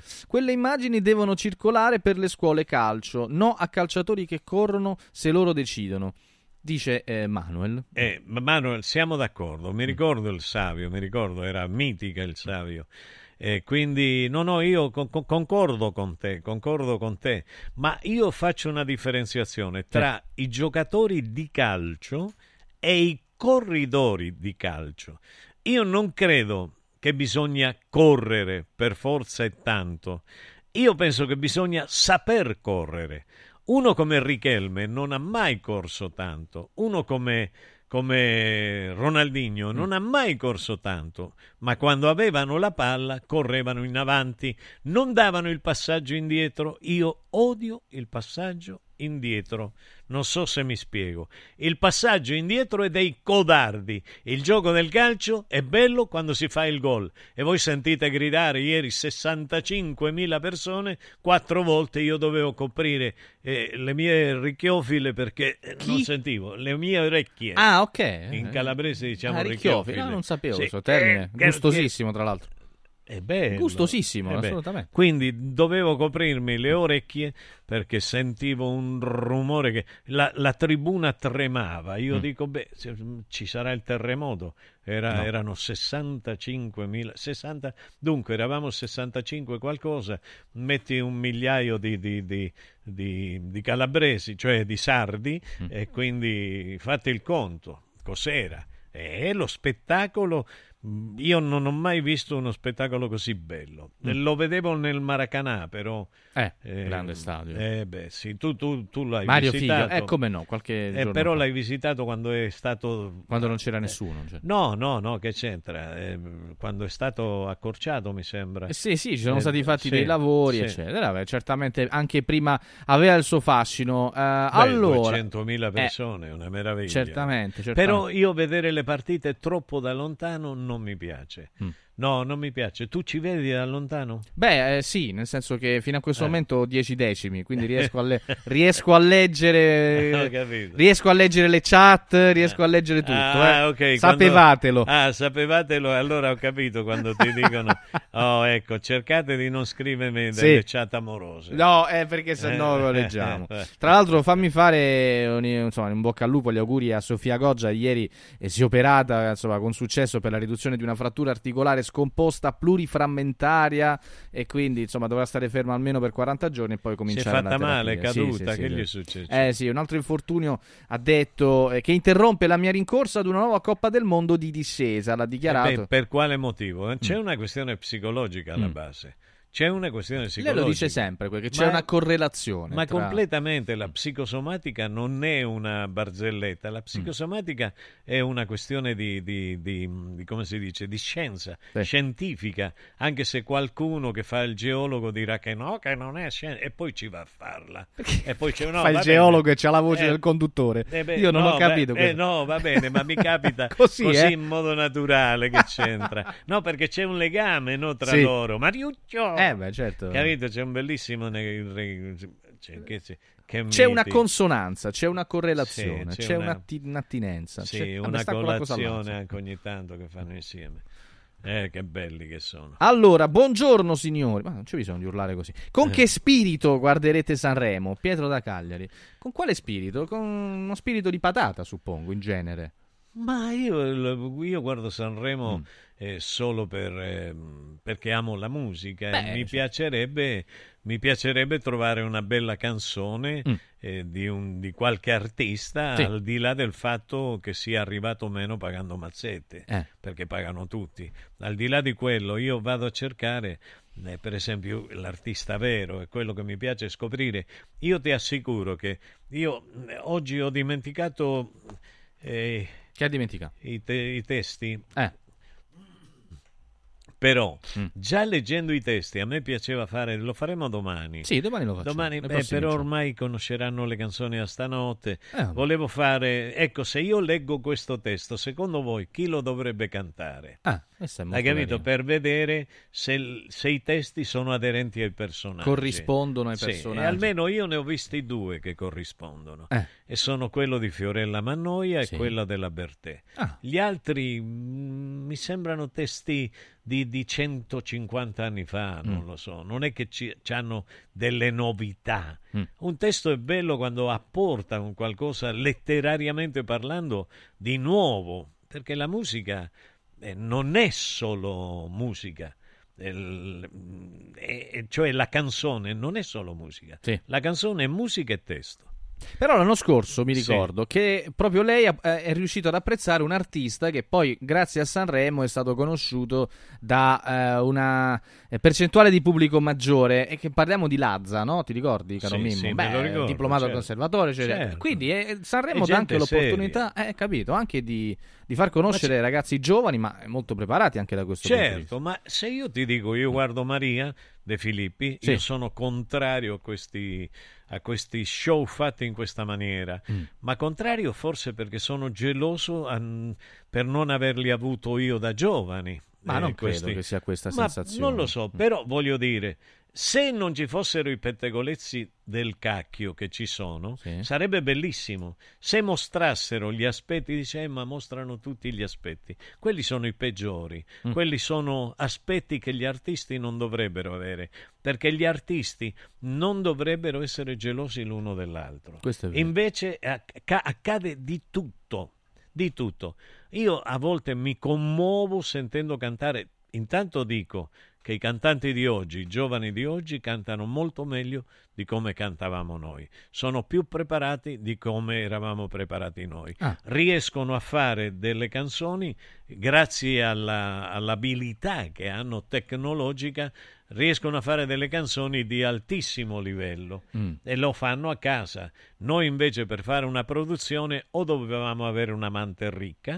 immagini devono circolare per le scuole calcio, no a calciatori che corrono se loro decidono. Dice Manuel. Manuel, siamo d'accordo. Mi ricordo il Savio, era mitica il Savio. Quindi io concordo con te, ma io faccio una differenziazione tra i giocatori di calcio e i corridori di calcio. Io non credo che bisogna correre per forza e tanto. Io penso che bisogna saper correre. Uno come Richelme non ha mai corso tanto, uno come Ronaldinho non ha mai corso tanto, ma quando avevano la palla correvano in avanti, non davano il passaggio indietro. Io odio il passaggio indietro, non so se mi spiego. Il passaggio indietro è dei codardi. Il gioco del calcio è bello quando si fa il gol, e voi sentite gridare ieri 65.000 persone, 4 volte io dovevo coprire le mie ricchiofile perché non sentivo, le mie orecchie. Ok. In calabrese diciamo ricchiofile. Non sapevo questo termine, gustosissimo tra l'altro. È bello. Gustosissimo, assolutamente. Quindi dovevo coprirmi le orecchie perché sentivo un rumore che la tribuna tremava. Io dico, ci sarà il terremoto. Erano 65.000, dunque eravamo 65 qualcosa, metti 1 migliaio di calabresi, cioè di sardi, e quindi fate il conto, cos'era? E lo spettacolo, io non ho mai visto uno spettacolo così bello. Lo vedevo nel Maracanã, però grande stadio. Sì, tu l'hai Mario visitato. Figlio, come no, qualche giorno però fa. l'hai visitato quando è stato... Quando non c'era nessuno. Cioè. No, che c'entra? Quando è stato accorciato, mi sembra. Sì, ci sono stati fatti dei lavori, eccetera. Certamente anche prima aveva il suo fascino. Allora, 200.000 persone, una meraviglia. Certamente. Però io vedere le partite troppo da lontano non mi piace. No, non mi piace. Tu ci vedi da lontano? Beh, sì, nel senso che fino a questo momento ho 10 decimi, quindi riesco a leggere Ho capito. riesco a leggere le chat, riesco a leggere tutto. Ok. Sapevatelo. Sapevatelo, allora ho capito quando ti dicono ecco, cercate di non scrivermi delle chat amorose. No, perché sennò lo leggiamo. Tra l'altro fammi fare un bocca al lupo, gli auguri a Sofia Goggia, ieri si è operata con successo per la riduzione di una frattura articolare scomposta pluriframmentaria e quindi dovrà stare ferma almeno per 40 giorni e poi cominciare la terapia. Si è fatta male, è caduta, che gli è successo? Un altro infortunio, ha detto, che interrompe la mia rincorsa ad una nuova Coppa del Mondo di discesa, l'ha dichiarato. Per quale motivo? C'è una questione psicologica alla base. C'è una questione psicologica. Lei lo dice sempre, che c'è una correlazione. Ma completamente, la psicosomatica non è una barzelletta, la psicosomatica è una questione di come si dice, di scienza, scientifica, anche se qualcuno che fa il geologo dirà che non è scienza, e poi ci va a farla. E poi fa il geologo e c'ha la voce del conduttore. Io non ho capito. No, va bene, ma mi capita così in modo naturale, che c'entra. No, perché c'è un legame tra loro. Mariuccio! Certo. Capito? C'è un bellissimo c'è una consonanza, c'è una correlazione, c'è un'attinenza. Una colazione anche ogni tanto che fanno insieme. Che belli che sono. Allora, buongiorno signori. Ma non c'è bisogno di urlare così. Con che spirito guarderete Sanremo? Pietro da Cagliari. Con quale spirito? Con uno spirito di patata, suppongo, in genere. Ma io guardo Sanremo solo perché amo la musica e mi piacerebbe trovare una bella canzone di qualche artista, al di là del fatto che sia arrivato o meno pagando mazzette, perché pagano tutti. Al di là di quello io vado a cercare per esempio l'artista vero, è quello che mi piace scoprire. Io ti assicuro che io oggi ho dimenticato che ha dimenticato? I testi. Però già leggendo i testi a me piaceva fare, lo faremo domani. Sì, domani lo facciamo. Però ormai conosceranno le canzoni a stanotte. Volevo fare, ecco, se io leggo questo testo, secondo voi chi lo dovrebbe cantare? Hai capito? Per vedere se i testi sono aderenti ai personaggi. Corrispondono ai personaggi. E almeno io ne ho visti 2 che corrispondono. E sono quello di Fiorella Mannoia e quello della Bertè. Gli altri mi sembrano testi di 150 anni fa, non lo so. Non è che hanno delle novità. Un testo è bello quando apporta un qualcosa, letterariamente parlando, di nuovo, perché la musica non è solo musica. Cioè la canzone non è solo musica. La canzone è musica e testo. Però l'anno scorso mi ricordo che proprio lei è riuscito ad apprezzare un artista che poi grazie a Sanremo è stato conosciuto da una percentuale di pubblico maggiore, e che parliamo di Lazza, no? Ti ricordi, caro Mimmo? Sì, me lo ricordo, diplomato al conservatorio, quindi Sanremo dà anche l'opportunità, capito, anche di far conoscere ragazzi giovani ma molto preparati anche da questo punto di vista. Ma se io ti dico, io guardo Maria De Filippi, io sono contrario a questi show fatti in questa maniera, ma contrario forse perché sono geloso per non averli avuto io da giovani. Ma non credo che sia questa sensazione. Non lo so, però voglio dire, se non ci fossero i pettegolezzi del cacchio che ci sono, sarebbe bellissimo. Se mostrassero gli aspetti, ma mostrano tutti gli aspetti. Quelli sono i peggiori. Quelli sono aspetti che gli artisti non dovrebbero avere, perché gli artisti non dovrebbero essere gelosi l'uno dell'altro. Invece accade di tutto. Di tutto. Io a volte mi commuovo sentendo cantare. Intanto dico che i cantanti di oggi, i giovani di oggi, cantano molto meglio di come cantavamo noi. Sono più preparati di come eravamo preparati noi. Riescono a fare delle canzoni grazie all'abilità che hanno tecnologica, riescono a fare delle canzoni di altissimo livello e lo fanno a casa. Noi invece per fare una produzione o dovevamo avere una mente ricca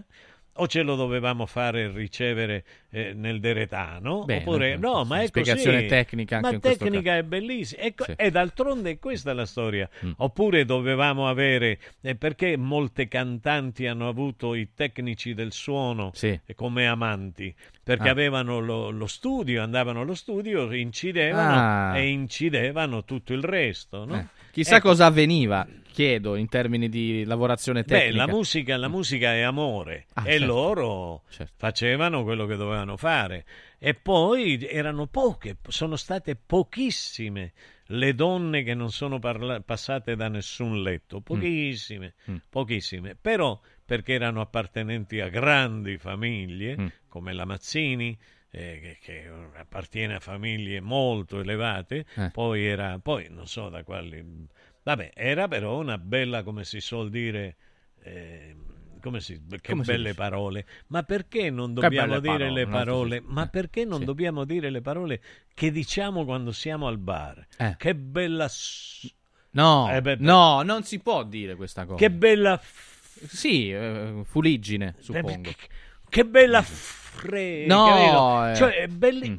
o ce lo dovevamo fare ricevere nel deretano, bene, oppure no, ma è spiegazione così. tecnica anche ma in questo tecnica caso. è bellissima, Sì. e d'altronde questa è la storia. Oppure dovevamo avere, perché molte cantanti hanno avuto i tecnici del suono come amanti, perché avevano lo studio, andavano allo studio, incidevano tutto il resto, no? Chissà cosa avveniva, chiedo, in termini di lavorazione tecnica. La musica è amore, e certo. loro facevano quello che dovevano fare. E poi erano poche, sono state pochissime le donne che non sono passate da nessun letto, pochissime, però perché erano appartenenti a grandi famiglie, come la Mazzini, che appartiene a famiglie molto elevate, poi non so da quali, era però una bella, come si suol dire, che belle parole. Ma perché non dobbiamo dire le parole? Ma perché non dobbiamo dire le parole che diciamo quando siamo al bar? Che bella no, non si può dire questa cosa. Che bella fuliggine, suppongo. Che bella no, cioè è belli,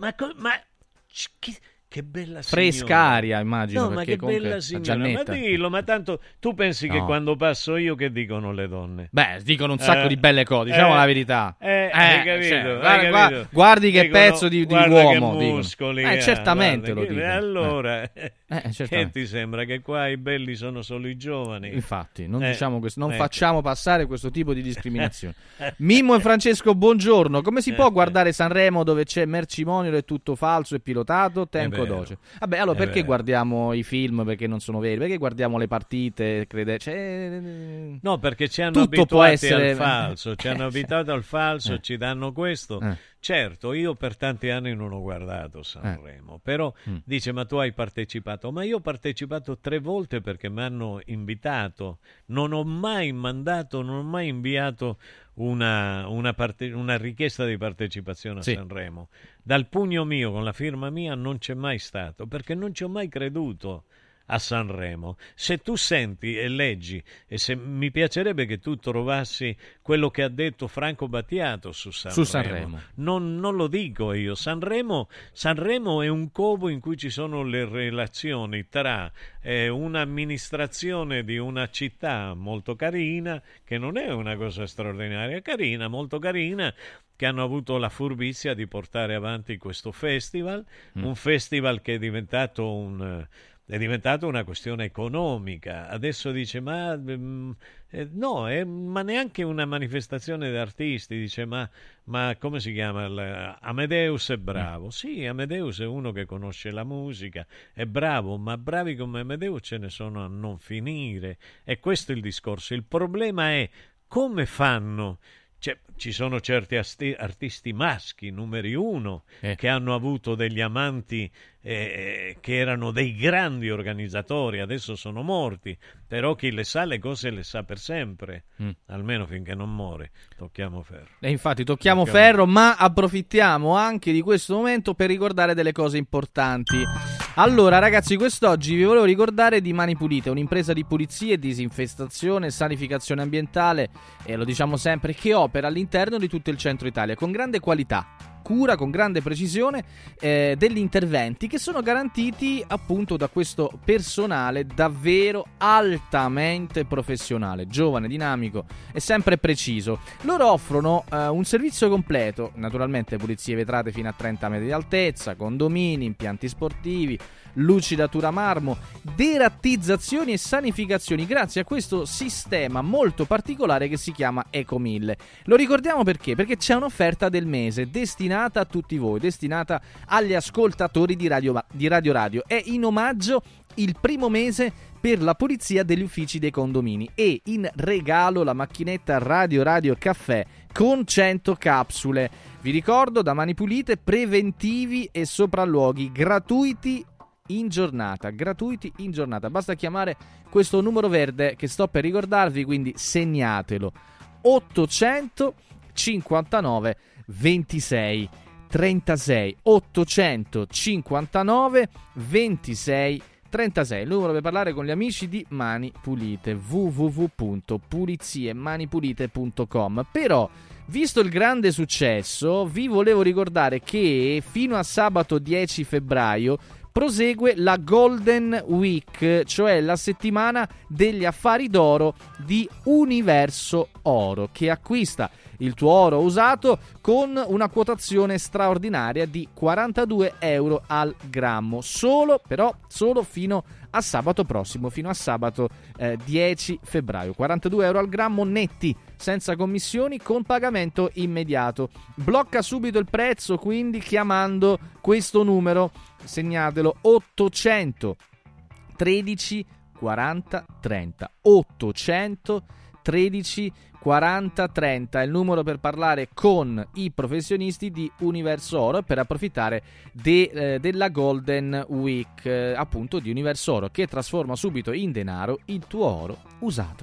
che bella signora. Frescaria, immagino. No, ma che bella signora. Ma dillo, ma tanto tu pensi che quando passo io che dicono le donne? Beh, dicono un sacco di belle cose, diciamo la verità. Hai capito? Cioè, guardi che dicono, pezzo di uomo. Che muscoli, certamente guarda, lo dicono. Allora, certamente. che ti sembra che qua i belli sono solo i giovani? Infatti, non diciamo questo, non facciamo passare questo tipo di discriminazione. Mimmo e Francesco, buongiorno. Come si può guardare Sanremo dove c'è mercimonio e tutto falso e pilotato? Tenco doce. Vabbè, allora perché guardiamo i film perché non sono veri? Perché guardiamo le partite? No, perché ci hanno tutto abituati al falso, ci hanno abituato al falso, ci danno questo. Certo, io per tanti anni non ho guardato Sanremo, però dice, ma tu hai partecipato? Ma io ho partecipato 3 volte perché mi hanno invitato, non ho mai inviato una richiesta di partecipazione a Sanremo. Dal pugno mio, con la firma mia, non c'è mai stato, perché non ci ho mai creduto a Sanremo. Se tu senti e leggi, e se mi piacerebbe che tu trovassi quello che ha detto Franco Battiato su Sanremo. Non lo dico io. Sanremo è un covo in cui ci sono le relazioni tra un'amministrazione di una città molto carina, che non è una cosa straordinaria, carina, molto carina, che hanno avuto la furbizia di portare avanti questo festival, un festival che è diventato una questione economica. Adesso dice, ma neanche una manifestazione di artisti. Dice, ma come si chiama? Amadeus è bravo. Sì, Amadeus è uno che conosce la musica, è bravo, ma bravi come Amadeus ce ne sono a non finire. E questo è il discorso. Il problema è come fanno. Ci sono certi artisti maschi, numeri 1, che hanno avuto degli amanti che erano dei grandi organizzatori, adesso sono morti, però chi le sa le cose le sa per sempre, almeno finché non muore. Tocchiamo ferro. Infatti tocchiamo ferro, ma approfittiamo anche di questo momento per ricordare delle cose importanti. Allora ragazzi, quest'oggi vi volevo ricordare di Mani Pulite, un'impresa di pulizie, disinfestazione e sanificazione ambientale, e lo diciamo sempre, che opera all'interno di tutto il centro Italia con grande qualità, cura, con grande precisione degli interventi che sono garantiti appunto da questo personale davvero altamente professionale, giovane, dinamico e sempre preciso. Loro offrono un servizio completo, naturalmente pulizie vetrate fino a 30 metri di altezza, condomini, impianti sportivi, lucidatura marmo, derattizzazioni e sanificazioni grazie a questo sistema molto particolare che si chiama Eco1000. Lo ricordiamo perché? Perché c'è un'offerta del mese destinata a tutti voi, destinata agli ascoltatori di Radio. È in omaggio il primo mese per la pulizia degli uffici dei condomini e in regalo la macchinetta Radio Caffè con 100 capsule. Vi ricordo, da Mani Pulite, preventivi e sopralluoghi gratuiti in giornata. Basta chiamare questo numero verde che sto per ricordarvi, quindi segnatelo: 859 26 36 859 26 36, il numero per parlare con gli amici di Mani Pulite, www.puliziemani-pulite.com. Però, visto il grande successo, vi volevo ricordare che fino a sabato 10 febbraio prosegue la Golden Week, cioè la settimana degli affari d'oro di Universo Oro, che acquista il tuo oro usato con una quotazione straordinaria di 42 euro al grammo, solo fino a sabato prossimo, fino a sabato 10 febbraio. 42 euro al grammo netti, senza commissioni, con pagamento immediato. Blocca subito il prezzo, quindi, chiamando questo numero, segnatelo: 813 40 30 813 40 30 è il numero per parlare con i professionisti di Universo Oro per approfittare della Golden Week, appunto, di Universo Oro, che trasforma subito in denaro il tuo oro usato.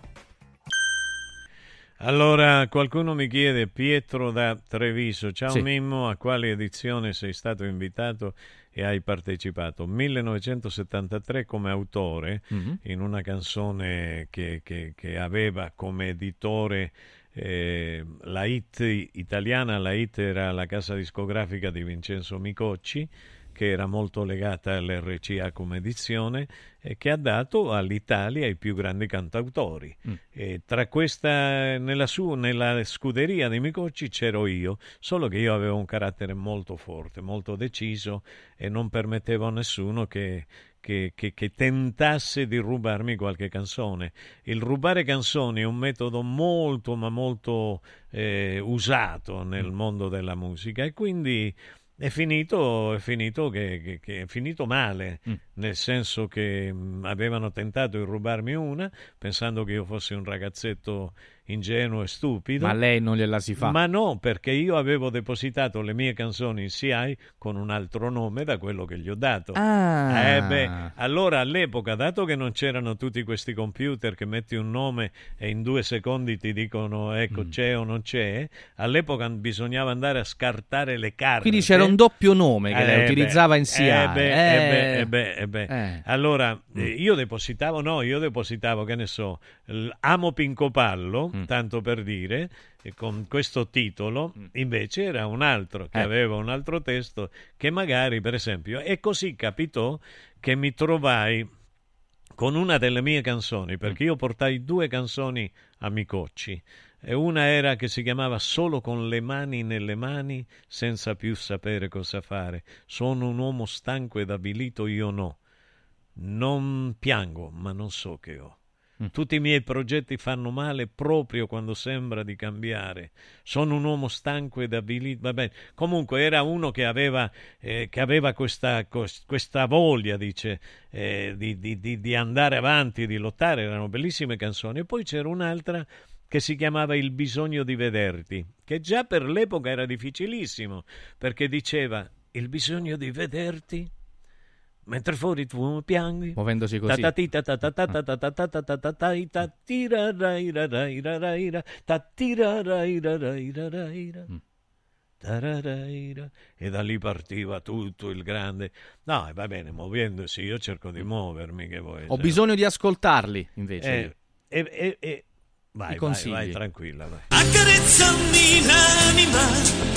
Allora, qualcuno mi chiede, Pietro da Treviso, ciao Sì. Mimmo, a quale edizione sei stato invitato e hai partecipato? 1973 come autore, in una canzone che aveva come editore la hit italiana. La hit era la casa discografica di Vincenzo Micocci, che era molto legata all'RCA come edizione e che ha dato all'Italia i più grandi cantautori. E tra questa, nella scuderia di Micocci c'ero io, solo che io avevo un carattere molto forte, molto deciso, e non permettevo a nessuno che tentasse di rubarmi qualche canzone. Il rubare canzoni è un metodo molto ma molto usato nel mondo della musica, e quindi è finito male, nel senso che avevano tentato di rubarmi una, pensando che io fossi un ragazzetto ingenuo e stupido. Ma lei non gliela si fa? Ma no, perché io avevo depositato le mie canzoni in CI con un altro nome da quello che gli ho dato. Allora all'epoca, dato che non c'erano tutti questi computer che metti un nome e in 2 secondi ti dicono ecco c'è o non c'è, all'epoca bisognava andare a scartare le carte. Quindi c'era un doppio nome che lei utilizzava in CI. Allora io depositavo, che ne so, Amo Pinco Pallo, tanto per dire, e con questo titolo. Invece era un altro che aveva un altro testo, che magari, per esempio, e così capitò che mi trovai con una delle mie canzoni, perché io portai 2 canzoni a Micocci, e una era che si chiamava Solo con le mani nelle mani, senza più sapere cosa fare. Sono un uomo stanco ed avvilito, io no. Non piango, ma non so che ho. Tutti i miei progetti fanno male proprio quando sembra di cambiare. Sono un uomo stanco ed avvilito. Va bene. Comunque era uno che aveva questa voglia, dice, di andare avanti, di lottare. Erano bellissime canzoni. E poi c'era un'altra che si chiamava Il bisogno di vederti, che già per l'epoca era difficilissimo, perché diceva: il bisogno di vederti mentre fuori tu piangi, muovendosi così. E da lì partiva tutto il grande. No, va bene, muovendosi, io cerco di muovermi, che vuoi. Ho bisogno di ascoltarli, invece. Vai, tranquilla, vai. Accarezzami l'anima.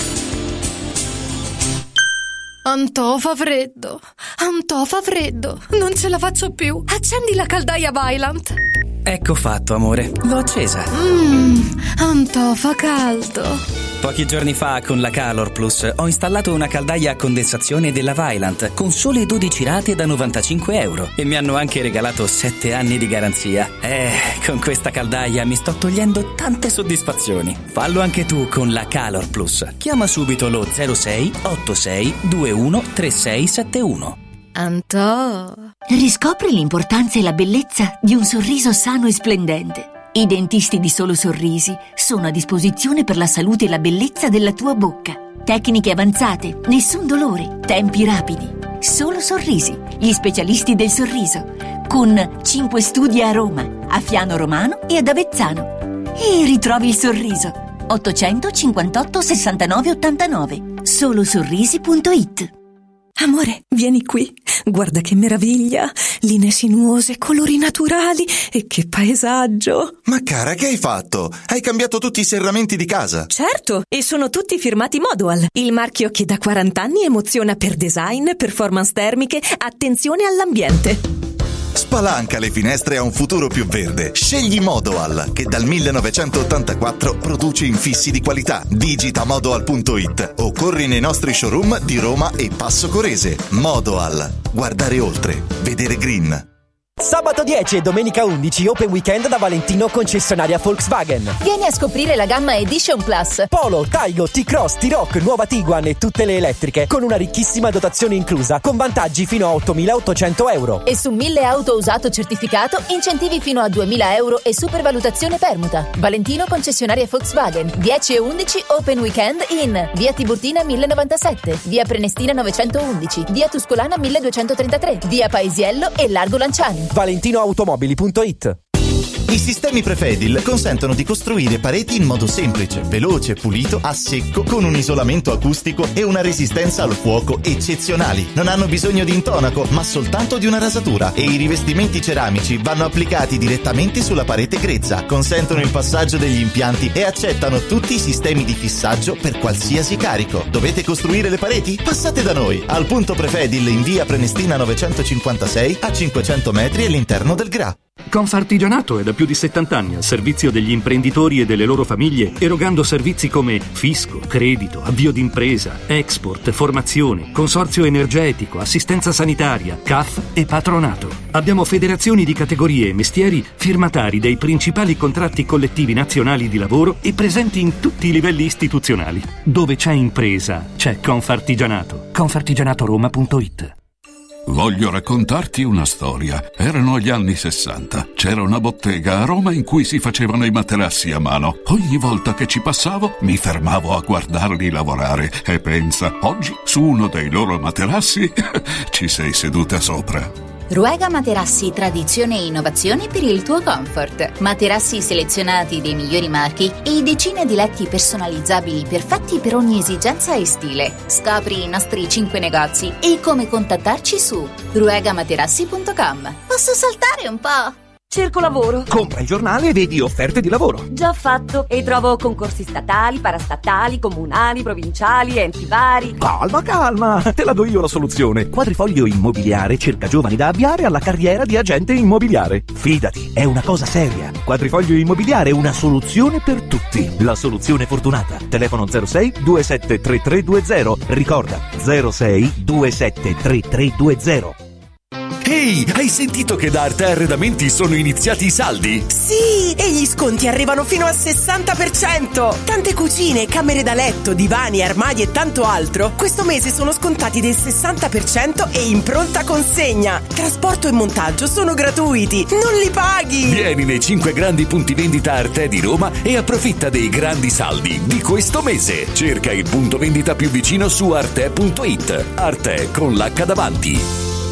Antò fa freddo, non ce la faccio più. Accendi la caldaia Vaillant. Ecco fatto, amore, l'ho accesa. Antò fa caldo. Pochi giorni fa con la Calor Plus ho installato una caldaia a condensazione della Vaillant con sole 12 rate da 95 euro e mi hanno anche regalato 7 anni di garanzia. Con questa caldaia mi sto togliendo tante soddisfazioni. Fallo anche tu con la Calor Plus. Chiama subito lo 06 86 21 3671. Antò. Riscopri l'importanza e la bellezza di un sorriso sano e splendente. I dentisti di Solo Sorrisi sono a disposizione per la salute e la bellezza della tua bocca. Tecniche avanzate, nessun dolore, tempi rapidi. Solo Sorrisi, gli specialisti del sorriso. Con 5 studi a Roma, a Fiano Romano e ad Avezzano. E ritrovi il sorriso. 858 69 89. Solosorrisi.it. Amore, vieni qui. Guarda che meraviglia. Linee sinuose, colori naturali e che paesaggio. Ma cara, che hai fatto? Hai cambiato tutti i serramenti di casa? Certo, e sono tutti firmati Modoal, il marchio che da 40 anni emoziona per design, performance termiche, attenzione all'ambiente. Spalanca le finestre a un futuro più verde. Scegli Modoal, che dal 1984 produce infissi di qualità. Digita modoal.it o corri nei nostri showroom di Roma e Passo Corese. Modoal. Guardare oltre. Vedere green. Sabato 10 e domenica 11 Open Weekend da Valentino concessionaria Volkswagen. Vieni a scoprire la gamma Edition Plus. Polo, Taigo, T-Cross, T-Rock, nuova Tiguan e tutte le elettriche con una ricchissima dotazione inclusa con vantaggi fino a 8.800 euro. E su 1000 auto usato certificato incentivi fino a 2.000 euro e supervalutazione permuta. Valentino concessionaria Volkswagen. 10 e 11 Open Weekend in via Tiburtina 1097, via Prenestina 911, via Tuscolana 1233, via Paesiello e Largo Lanciani. ValentinoAutomobili.it. I sistemi Prefedil consentono di costruire pareti in modo semplice, veloce, pulito, a secco, con un isolamento acustico e una resistenza al fuoco eccezionali. Non hanno bisogno di intonaco, ma soltanto di una rasatura, e i rivestimenti ceramici vanno applicati direttamente sulla parete grezza, consentono il passaggio degli impianti e accettano tutti i sistemi di fissaggio per qualsiasi carico. Dovete costruire le pareti? Passate da noi, al punto Prefedil in via Prenestina 956 a 500 metri all'interno del GRA. Confartigianato è da più di 70 anni al servizio degli imprenditori e delle loro famiglie, erogando servizi come fisco, credito, avvio d'impresa, export, formazione, consorzio energetico, assistenza sanitaria, CAF e patronato. Abbiamo federazioni di categorie e mestieri firmatari dei principali contratti collettivi nazionali di lavoro e presenti in tutti i livelli istituzionali. Dove c'è impresa, c'è Confartigianato. Confartigianatoroma.it. Voglio raccontarti una storia. Erano gli anni 60. C'era una bottega a Roma in cui si facevano i materassi a mano. Ogni volta che ci passavo mi fermavo a guardarli lavorare e pensa, oggi su uno dei loro materassi ci sei seduta sopra. Ruega Materassi, tradizione e innovazione per il tuo comfort. Materassi selezionati dei migliori marchi e decine di letti personalizzabili perfetti per ogni esigenza e stile. Scopri i nostri 5 negozi e come contattarci su ruegamaterassi.com. Posso saltare un po'? Cerco lavoro. Compra il giornale e vedi offerte di lavoro. Già fatto. E trovo concorsi statali, parastatali, comunali, provinciali, enti vari. Calma, te la do io la soluzione. Quadrifoglio Immobiliare cerca giovani da avviare alla carriera di agente immobiliare. Fidati, è una cosa seria. Quadrifoglio Immobiliare è una soluzione per tutti. La soluzione fortunata. Telefono 06 27 3320. Ricorda, 06 27 3320. Ehi, hai sentito che da Arte Arredamenti sono iniziati i saldi? Sì, e gli sconti arrivano fino al 60%. Tante cucine, camere da letto, divani, armadi e tanto altro questo mese sono scontati del 60% e in pronta consegna. Trasporto e montaggio sono gratuiti, non li paghi. Vieni nei 5 grandi punti vendita Arte di Roma e approfitta dei grandi saldi di questo mese. Cerca il punto vendita più vicino su arte.it. Arte con l'H davanti.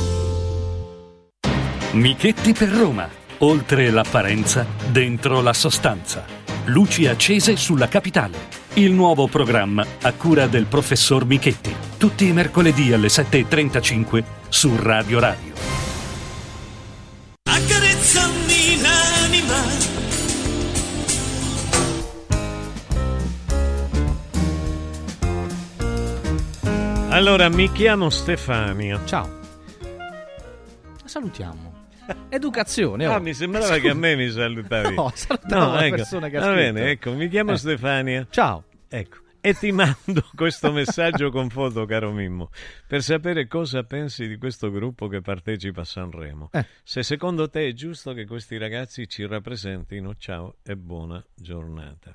Michetti per Roma. Oltre l'apparenza, dentro la sostanza. Luci accese sulla capitale. Il nuovo programma a cura del professor Michetti. Tutti i mercoledì alle 7:35 su Radio Radio. Accarezzami l'anima. Allora, mi chiamo Stefania. Ciao. Salutiamo. Educazione. Ah, mi sembrava che a me mi salutavi. No, salutavo la ecco. persona che ha Va scritto. bene, ecco, mi chiamo Stefania. Ciao. Ecco. E ti mando questo messaggio con foto, caro Mimmo, per sapere cosa pensi di questo gruppo che partecipa a Sanremo. Se secondo te è giusto che questi ragazzi ci rappresentino. Ciao e buona giornata.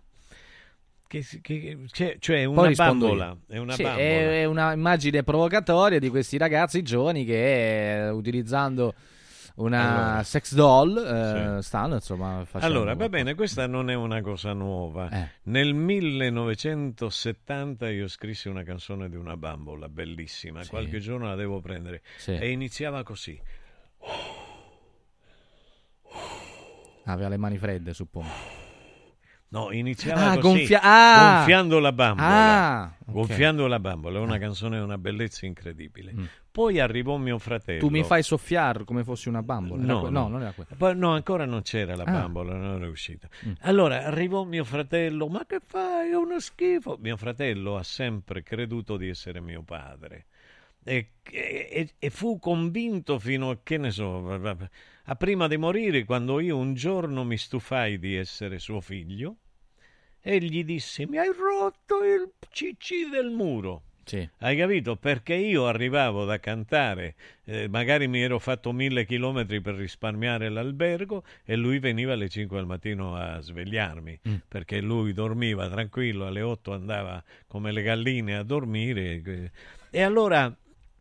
Cioè una bambola. È una sì, bambola. È una immagine provocatoria di questi ragazzi giovani che utilizzando una sex doll stanno insomma facendo... Allora, va bene, questa non è una cosa nuova. Nel 1970 io scrissi una canzone di una bambola bellissima, qualche giorno la devo prendere, e iniziava così. Aveva le mani fredde, suppongo. No, iniziava così, gonfiando la bambola. Okay. Gonfiando la bambola, è una canzone, una bellezza incredibile. Poi arrivò mio fratello. Tu mi fai soffiare come fossi una bambola? No, non era quella. Poi, no, ancora non c'era la bambola, non era uscita. Allora arrivò mio fratello, ma che fai? È uno schifo. Mio fratello ha sempre creduto di essere mio padre. E fu convinto fino a, che ne so, a prima di morire, quando io un giorno mi stufai di essere suo figlio, e gli dissi: mi hai rotto il CC del muro. Sì. Hai capito? Perché io arrivavo da cantare, magari mi ero fatto 1000 chilometri per risparmiare l'albergo, e lui veniva alle 5 del mattino a svegliarmi, perché lui dormiva tranquillo, alle 8 andava come le galline a dormire, e allora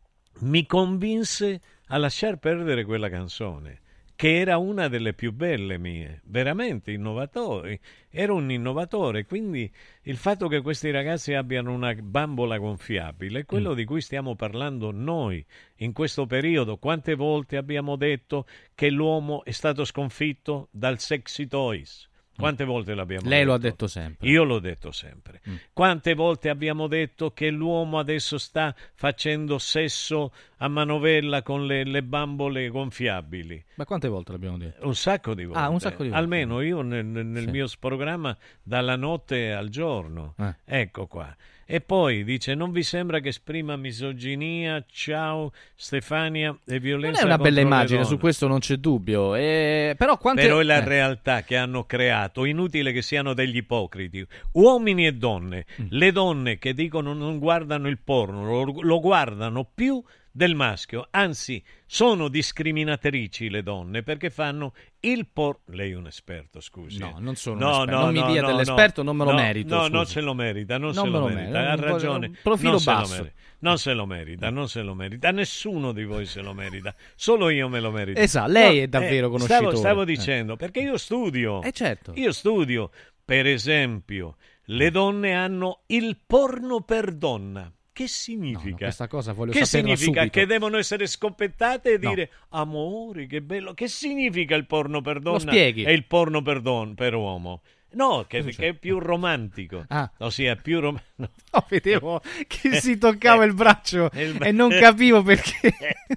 mi convinse a lasciar perdere quella canzone, che era una delle più belle mie, veramente innovatori. Ero un innovatore, quindi il fatto che questi ragazzi abbiano una bambola gonfiabile è quello di cui stiamo parlando noi in questo periodo. Quante volte abbiamo detto che l'uomo è stato sconfitto dal sexy toys? Quante volte l'abbiamo detto? Lei lo ha detto sempre. Io l'ho detto sempre. Quante volte abbiamo detto che l'uomo adesso sta facendo sesso a manovella con le bambole gonfiabili? Ma quante volte l'abbiamo detto? Un sacco di volte. Un sacco di volte. Almeno io nel mio programma dalla notte al giorno. Ecco qua. E poi dice: non vi sembra che esprima misoginia? Ciao Stefania, e violenza. Non è una bella contro le immagine, donne. su questo non c'è dubbio. Però è la realtà che hanno creato. Inutile che siano degli ipocriti, uomini e donne. Le donne che dicono non guardano il porno, lo guardano più del maschio, anzi sono discriminatrici le donne, perché fanno il porno. Lei è un esperto, scusi. No, non sono un esperto. Non mi dia dell'esperto, non me lo merito. No, non se lo merita, non se lo merita. Ha ragione. Profilo basso. Non se lo merita, non se lo merita. Nessuno di voi se lo merita. Solo io me lo merito. Esatto, lei è davvero conoscitore. Stavo dicendo, perché io studio. Certo. Io studio. Per esempio, le donne hanno il porno per donna. Che significa? No, questa cosa voglio che saperla significa? subito. Che devono essere scoppettate e dire amori, che bello. Che significa il porno per donna? Lo spieghi. E il porno per uomo? No, che è più romantico. Ossia, più romantico. No, vedevo che si toccava il braccio e non capivo perché.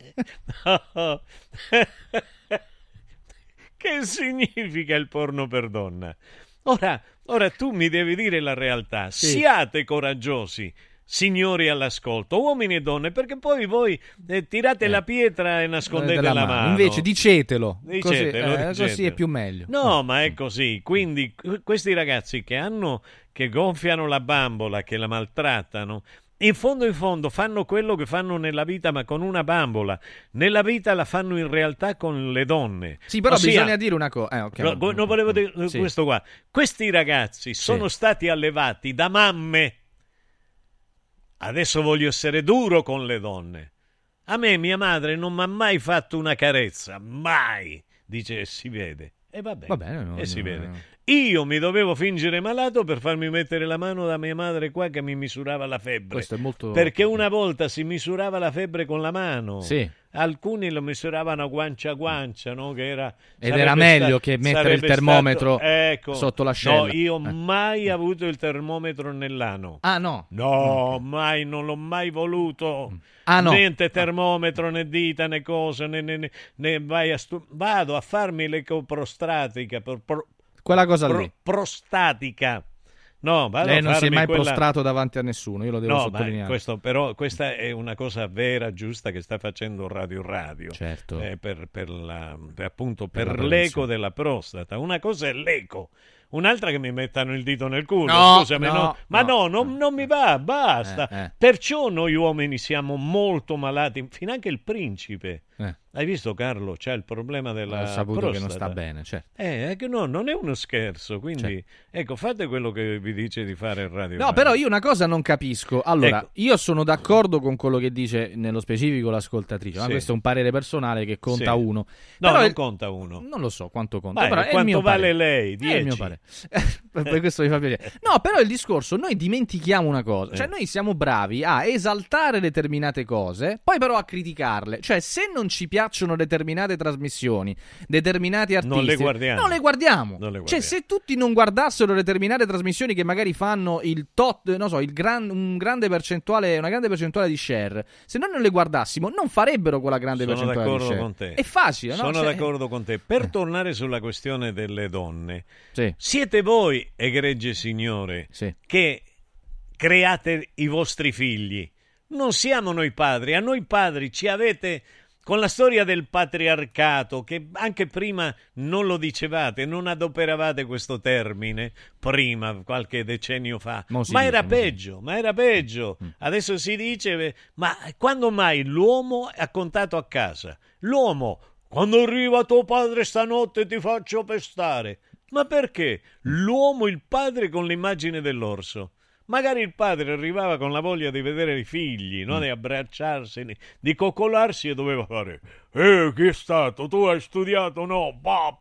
No. Che significa il porno per donna? Ora tu mi devi dire la realtà. Sì. Siate coraggiosi, signori all'ascolto, uomini e donne, perché poi voi tirate la pietra e nascondete la mano. Invece dicetelo. Dicetelo. Così è più meglio. No, ma è così. Quindi questi ragazzi che gonfiano la bambola, che la maltrattano, in fondo fanno quello che fanno nella vita, ma con una bambola. Nella vita la fanno in realtà con le donne. Sì, però bisogna dire una cosa. Non volevo dire questo qua. Questi ragazzi sono stati allevati da mamme. Adesso voglio essere duro con le donne. A me mia madre non mi ha mai fatto una carezza, mai. Dice, si vede. E va bene, si vede. Io mi dovevo fingere malato per farmi mettere la mano da mia madre qua che mi misurava la febbre. Questo è molto... Perché una volta si misurava la febbre con la mano. Sì. Alcuni lo misuravano guancia a guancia, no? Che era meglio che mettere il termometro sotto l'ascella. No, io mai avuto il termometro nell'ano. Ah, no? No, mai, non l'ho mai voluto. Ah, no? Niente termometro, né dita, né cose, né vai vado a farmi l'ecoprostatica. Quella cosa lì. Prostatica. No, lei non si è mai prostrato davanti a nessuno, io lo devo sottolineare. Però questa è una cosa vera, giusta, che sta facendo Radio. Certo. Per l'eco della prostata. Una cosa è l'eco, un'altra che mi mettano il dito nel culo. Scusami, non mi va, basta. Perciò noi uomini siamo molto malati, finanche il principe. Hai visto, Carlo? C'è il problema della prostata. Ho saputo che non sta bene, certo. Non è uno scherzo, quindi ecco, fate quello che vi dice di fare il Radio. No, però io una cosa non capisco. Allora, io sono d'accordo con quello che dice nello specifico l'ascoltatrice, ma questo è un parere personale che conta uno. No, però non conta uno. Non lo so quanto conta. Vai, però è quanto il mio vale parere. lei? 10. È il mio parere. Per questo mi fa piacere. No, però il discorso, noi dimentichiamo una cosa. Cioè, noi siamo bravi a esaltare determinate cose, poi però a criticarle. Cioè, se non non ci piacciono determinate trasmissioni, determinati artisti, non le guardiamo. Non le guardiamo. Cioè, se tutti non guardassero determinate trasmissioni che magari fanno il tot, non so, una grande percentuale di share, se noi non le guardassimo, non farebbero quella grande percentuale di share. Sono d'accordo con te. È facile, no? Sono d'accordo con te. Per tornare sulla questione delle donne, sì. Siete voi, egregie signore, che create i vostri figli. Non siamo noi padri. A noi padri ci avete, con la storia del patriarcato, che anche prima non lo dicevate, non adoperavate questo termine, prima, qualche decennio fa, ma era peggio. Adesso si dice, ma quando mai l'uomo ha contato a casa? L'uomo, quando arriva tuo padre stanotte ti faccio pestare. Ma perché? L'uomo, il padre, con l'immagine dell'orso. Magari il padre arrivava con la voglia di vedere i figli, no? Di abbracciarsi, di coccolarsi, e doveva fare: chi è stato? Tu hai studiato? No, pa.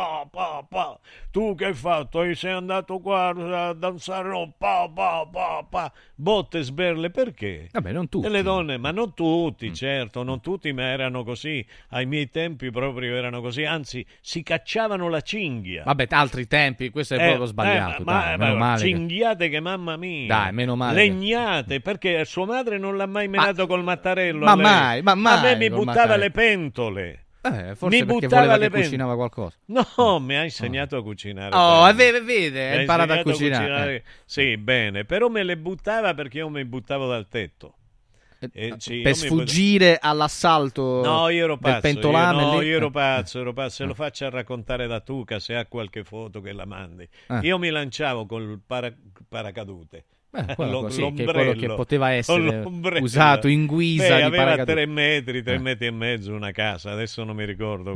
Tu che hai fatto? Sei andato qua a danzare? No, pa. Botte, sberle, perché? Vabbè, non tutti. E le donne, ma non tutti, certo, non tutti, ma erano così. Ai miei tempi proprio erano così, anzi, si cacciavano la cinghia. Vabbè, altri tempi, questo è proprio sbagliato. Meno male cinghiate che mamma mia. Dai, meno male. Legnate, perché sua madre non l'ha mai menato col mattarello. Ma mai. A me mi buttava le pentole. Forse mi perché buttava voleva le che cucinava qualcosa. No, mi ha insegnato a cucinare. Vede, ha imparato a cucinare. Sì, bene, però me le buttava perché io mi buttavo dal tetto. Per sfuggire all'assalto del pentolame. Io ero pazzo. Se lo faccia raccontare da Tuca, se ha qualche foto che la mandi. Io mi lanciavo col paracadute. Che quello che poteva essere usato in guisa di aveva paracadute. 3 metri e mezzo una casa, adesso non mi ricordo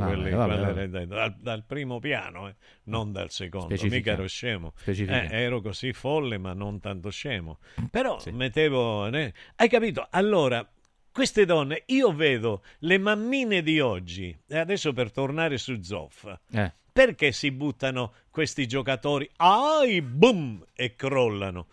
dal primo piano, non dal secondo. Mica ero scemo, ero così folle ma non tanto scemo, però mettevo, hai capito? Allora queste donne, io vedo le mammine di oggi, e adesso per tornare su Zoff, perché si buttano questi giocatori, boom, e crollano?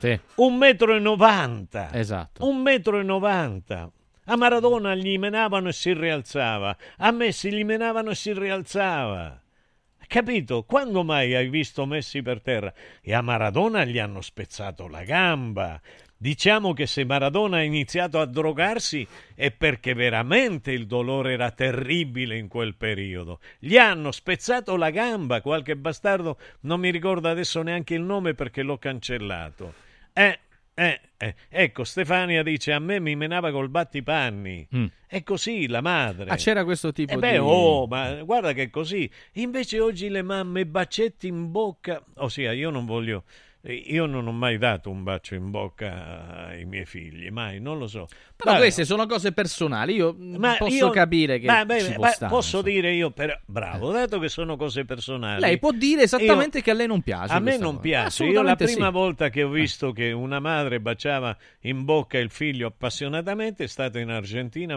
1,90 m. Esatto. 1,90 m. A Maradona gli menavano e si rialzava. A Messi gli menavano e si rialzava. Capito? Quando mai hai visto Messi per terra? E a Maradona gli hanno spezzato la gamba. Diciamo che se Maradona ha iniziato a drogarsi è perché veramente il dolore era terribile in quel periodo. Gli hanno spezzato la gamba, qualche bastardo, non mi ricordo adesso neanche il nome perché l'ho cancellato. Ecco, Stefania dice: a me mi menava col battipanni. È così la madre. C'era questo tipo di... ma guarda che è così. Invece oggi le mamme, bacetti in bocca. Ossia, io non ho mai dato un bacio in bocca ai miei figli, mai, non lo so. Però queste sono cose personali, io posso capire che ci può stare. Posso dire io, bravo, dato che sono cose personali. Lei può dire esattamente che a lei non piace. A me non piace. Io la prima volta che ho visto che una madre baciava in bocca il figlio appassionatamente è stato in Argentina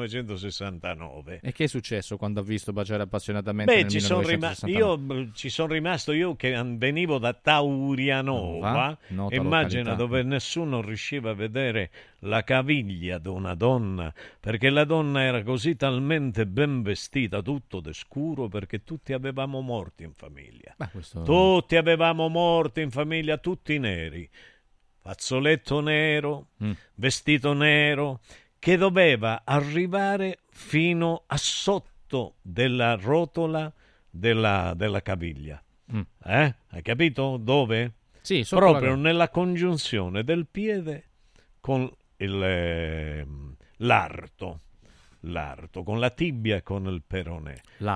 1969. E che è successo quando ha visto baciare appassionatamente nel 1969? Ci sono rimasto io che venivo da Tauriano. Immagina, dove nessuno riusciva a vedere la caviglia di una donna, perché la donna era così talmente ben vestita, tutto de scuro, perché tutti avevamo morti in famiglia. Tutti avevamo morti in famiglia, tutti neri, fazzoletto nero, vestito nero, che doveva arrivare fino a sotto della rotola della caviglia. Hai capito dove? Sì, proprio nella congiunzione del piede con l'arto, con la tibia e con il peronè.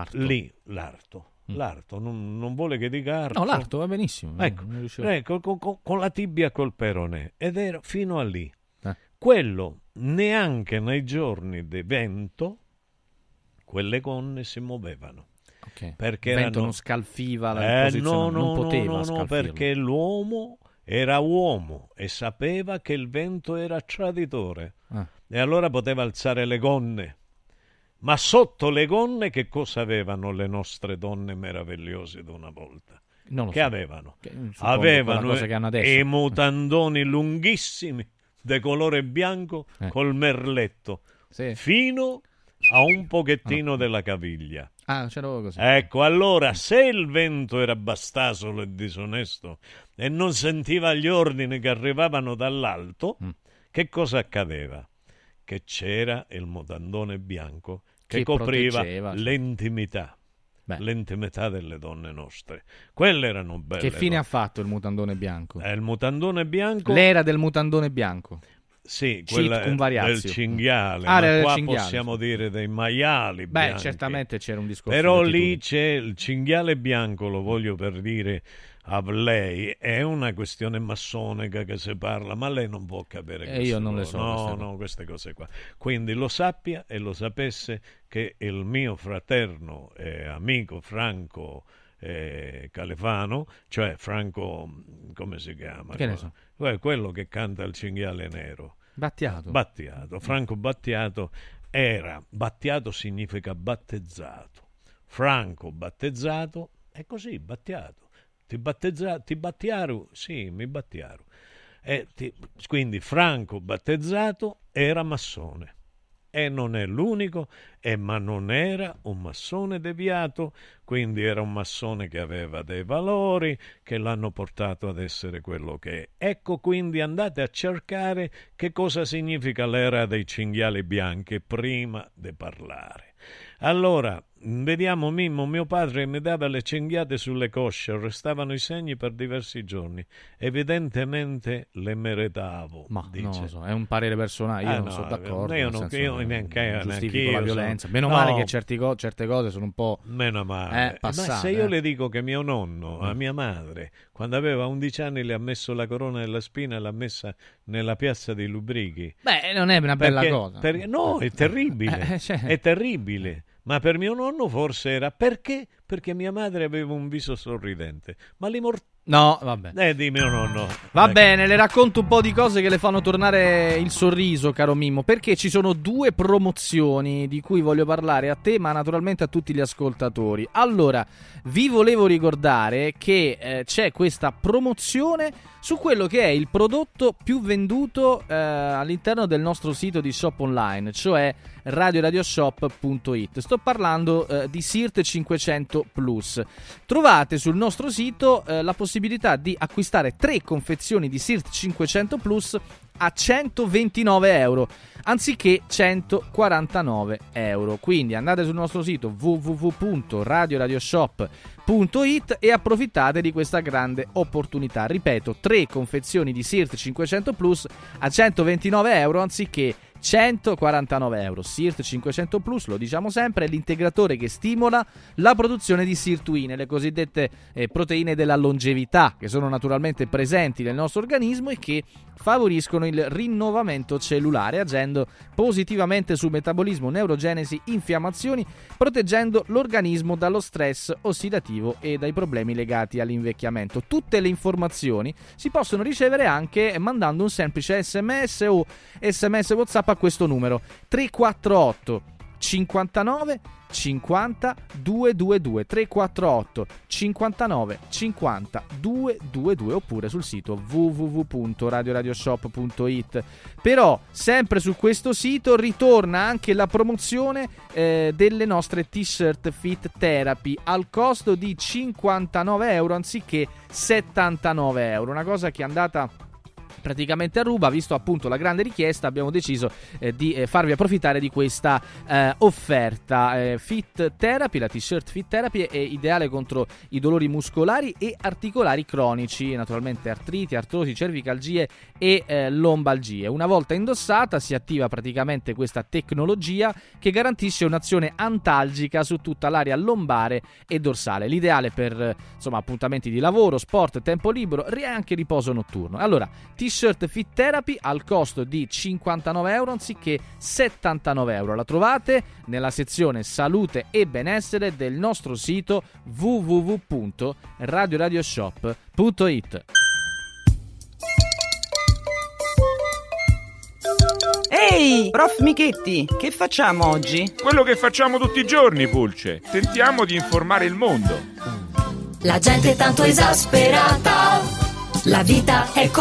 L'arto, non vuole che dica arto. No, l'arto va benissimo. Ecco, con la tibia e col peronè. Ed era fino a lì. Quello, neanche nei giorni di vento, quelle gonne si muovevano. Perché il vento non scalfiva la posizione, non poteva scalfirlo. Perché l'uomo era uomo e sapeva che il vento era traditore e allora poteva alzare le gonne. Ma sotto le gonne che cosa avevano le nostre donne meravigliose di una volta? Avevano? Avevano i mutandoni lunghissimi di colore bianco col merletto fino a un pochettino della caviglia. C'era così. Ecco, allora, se il vento era bastasolo e disonesto e non sentiva gli ordini che arrivavano dall'alto, che cosa accadeva? Che c'era il mutandone bianco che copriva l'intimità. L'intimità delle donne nostre. Quelle erano belle. Che fine ha fatto il mutandone bianco? Il mutandone bianco... L'era del mutandone bianco. Sì, quella del cinghiale, ma qua cinghiale, possiamo dire dei maiali bianchi. Beh, certamente c'era un discorso. Però lì c'è il cinghiale bianco, lo voglio per dire a lei, è una questione massonica che si parla, ma lei non può capire queste io non cose. le so. Queste cose qua. Quindi lo sappia e lo sapesse che il mio fraterno e amico Franco Califano, cioè Franco, come si chiama? Che ne so? Quello che canta il cinghiale nero. Battiato. Franco Battiato era, Battiato significa battezzato. Franco battezzato è così, Battiato. Ti battiaru? Sì, mi battiaru. Quindi Franco battezzato era massone. E non è l'unico, ma non era un massone deviato, quindi era un massone che aveva dei valori che l'hanno portato ad essere quello che è. Ecco, quindi andate a cercare che cosa significa l'era dei cinghiali bianchi prima di parlare. Allora, vediamo Mimmo, mio padre mi dava le cinghiate sulle cosce, restavano i segni per diversi giorni. Evidentemente le meritavo. Ma dice. non lo so, è un parere personale, io non sono d'accordo. Io neanche giustifico la violenza. Meno male che certe cose sono un po'. Meno male. Passate, ma se io le dico che mio nonno, a mia madre, quando aveva 11 anni le ha messo la corona della spina e l'ha messa nella piazza dei Lubrighi. Beh, non è una bella cosa. No, è terribile. È terribile. Ma per mio nonno forse era perché? Perché mia madre aveva un viso sorridente. Ma No, vabbè. Di mio nonno. Va bene, le racconto un po' di cose che le fanno tornare il sorriso, caro Mimmo, perché ci sono 2 promozioni di cui voglio parlare a te, ma naturalmente a tutti gli ascoltatori. Allora, vi volevo ricordare che c'è questa promozione su quello che è il prodotto più venduto all'interno del nostro sito di shop online, cioè radioradioshop.it. Sto parlando di SIRT 500 Plus. Trovate sul nostro sito la possibilità di acquistare 3 confezioni di SIRT 500 Plus a 129 euro anziché 149 euro. Quindi andate sul nostro sito www.radioradioshop.it e approfittate di questa grande opportunità. Ripeto, 3 confezioni di SIRT 500 Plus a 129 euro anziché 149 euro. SIRT 500 Plus, lo diciamo sempre, è l'integratore che stimola la produzione di sirtuine, le cosiddette proteine della longevità, che sono naturalmente presenti nel nostro organismo e che favoriscono il rinnovamento cellulare, agendo positivamente su metabolismo, neurogenesi, infiammazioni, proteggendo l'organismo dallo stress ossidativo e dai problemi legati all'invecchiamento. Tutte le informazioni si possono ricevere anche mandando un semplice SMS o SMS WhatsApp a questo numero 348 59 50 222 348 59 50 222 oppure sul sito www.radioradioshop.it. Però sempre su questo sito ritorna anche la promozione delle nostre t-shirt Fit Therapy al costo di 59 euro anziché 79 euro, una cosa che è andata praticamente a ruba. Visto appunto la grande richiesta, abbiamo deciso di farvi approfittare di questa offerta. Fit Therapy, la t-shirt Fit Therapy è ideale contro i dolori muscolari e articolari cronici, naturalmente artriti, artrosi, cervicalgie e lombalgie. Una volta indossata si attiva praticamente questa tecnologia che garantisce un'azione antalgica su tutta l'area lombare e dorsale, l'ideale per appuntamenti di lavoro, sport, tempo libero e anche riposo notturno. Allora, t-shirt Fit Therapy al costo di 59 euro anziché 79 euro. La trovate nella sezione salute e benessere del nostro sito www.radioradioshop.it. Ehi, prof Michetti, che facciamo oggi? Quello che facciamo tutti i giorni, Pulce. Tentiamo di informare il mondo. La gente è tanto esasperata, la vita è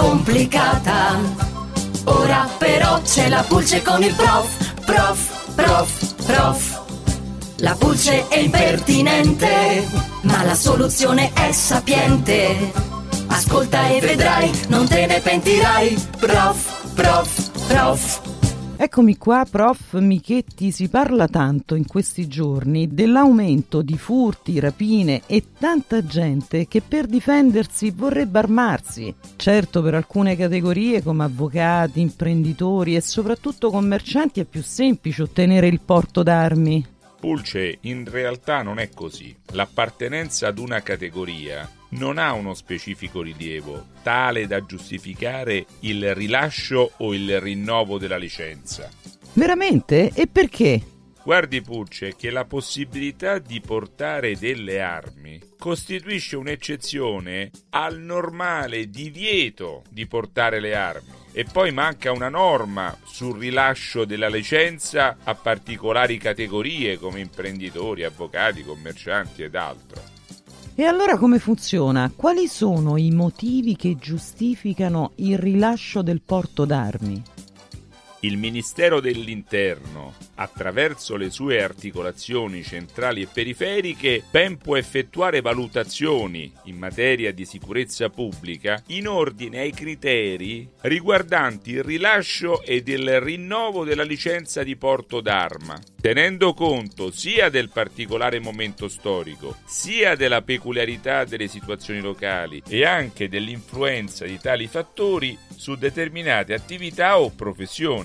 complicata. Ora però c'è la Pulce con il prof. prof. La pulce è impertinente, ma la soluzione è sapiente. Ascolta e vedrai, non te ne pentirai. Prof, prof, prof. Eccomi qua, prof Michetti. Si parla tanto in questi giorni dell'aumento di furti, rapine e tanta gente che per difendersi vorrebbe armarsi. Certo, per alcune categorie come avvocati, imprenditori e soprattutto commercianti è più semplice ottenere il porto d'armi. Pulce, in realtà non è così. L'appartenenza ad una categoria non ha uno specifico rilievo tale da giustificare il rilascio o il rinnovo della licenza. Veramente? E perché? Guardi Pulce, che la possibilità di portare delle armi costituisce un'eccezione al normale divieto di portare le armi. E poi manca una norma sul rilascio della licenza a particolari categorie come imprenditori, avvocati, commercianti ed altro. E allora come funziona? Quali sono i motivi che giustificano il rilascio del porto d'armi? Il Ministero dell'Interno, attraverso le sue articolazioni centrali e periferiche, ben può effettuare valutazioni in materia di sicurezza pubblica in ordine ai criteri riguardanti il rilascio ed il rinnovo della licenza di porto d'arma, tenendo conto sia del particolare momento storico, sia della peculiarità delle situazioni locali e anche dell'influenza di tali fattori su determinate attività o professioni.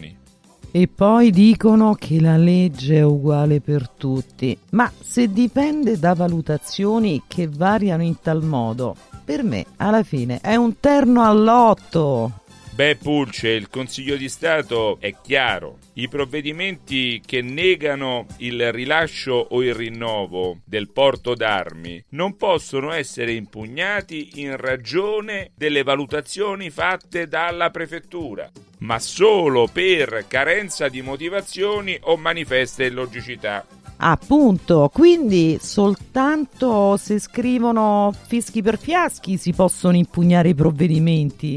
E poi dicono che la legge è uguale per tutti, ma se dipende da valutazioni che variano in tal modo, per me alla fine è un terno al lotto. Beh Pulce, il Consiglio di Stato è chiaro. I provvedimenti che negano il rilascio o il rinnovo del porto d'armi non possono essere impugnati in ragione delle valutazioni fatte dalla prefettura, ma solo per carenza di motivazioni o manifesta illogicità. Appunto, quindi soltanto se scrivono fischi per fiaschi si possono impugnare i provvedimenti.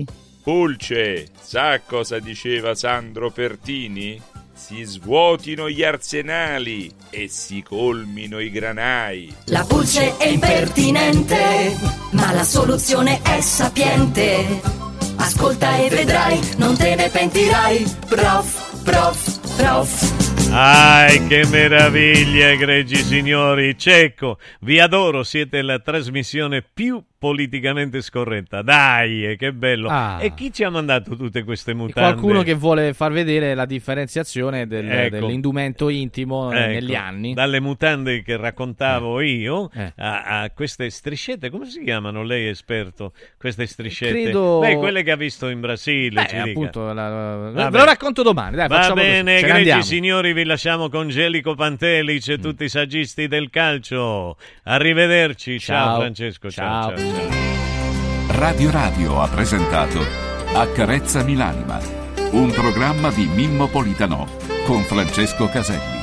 Pulce, sa cosa diceva Sandro Pertini? Si svuotino gli arsenali e si colmino i granai. La pulce è impertinente, ma la soluzione è sapiente. Ascolta e vedrai, non te ne pentirai. Prof, prof, prof. Che meraviglia, egregi signori. Cecco, vi adoro, siete la trasmissione più politicamente scorretta. Dai, che bello. E chi ci ha mandato tutte queste mutande? Qualcuno che vuole far vedere la differenziazione dell'indumento intimo negli anni. Dalle mutande che raccontavo io a queste striscette, come si chiamano? Lei è esperto, queste striscette? Credo... quelle che ha visto in Brasile. Appunto, ve lo racconto domani. Dai, va bene, egregi signori, vi lasciamo con Gelico Pantelic e tutti i saggisti del calcio. Arrivederci. Ciao Francesco. Ciao. Radio Radio ha presentato Accarezzami l'anima, un programma di Mimmo Politano con Francesco Caselli.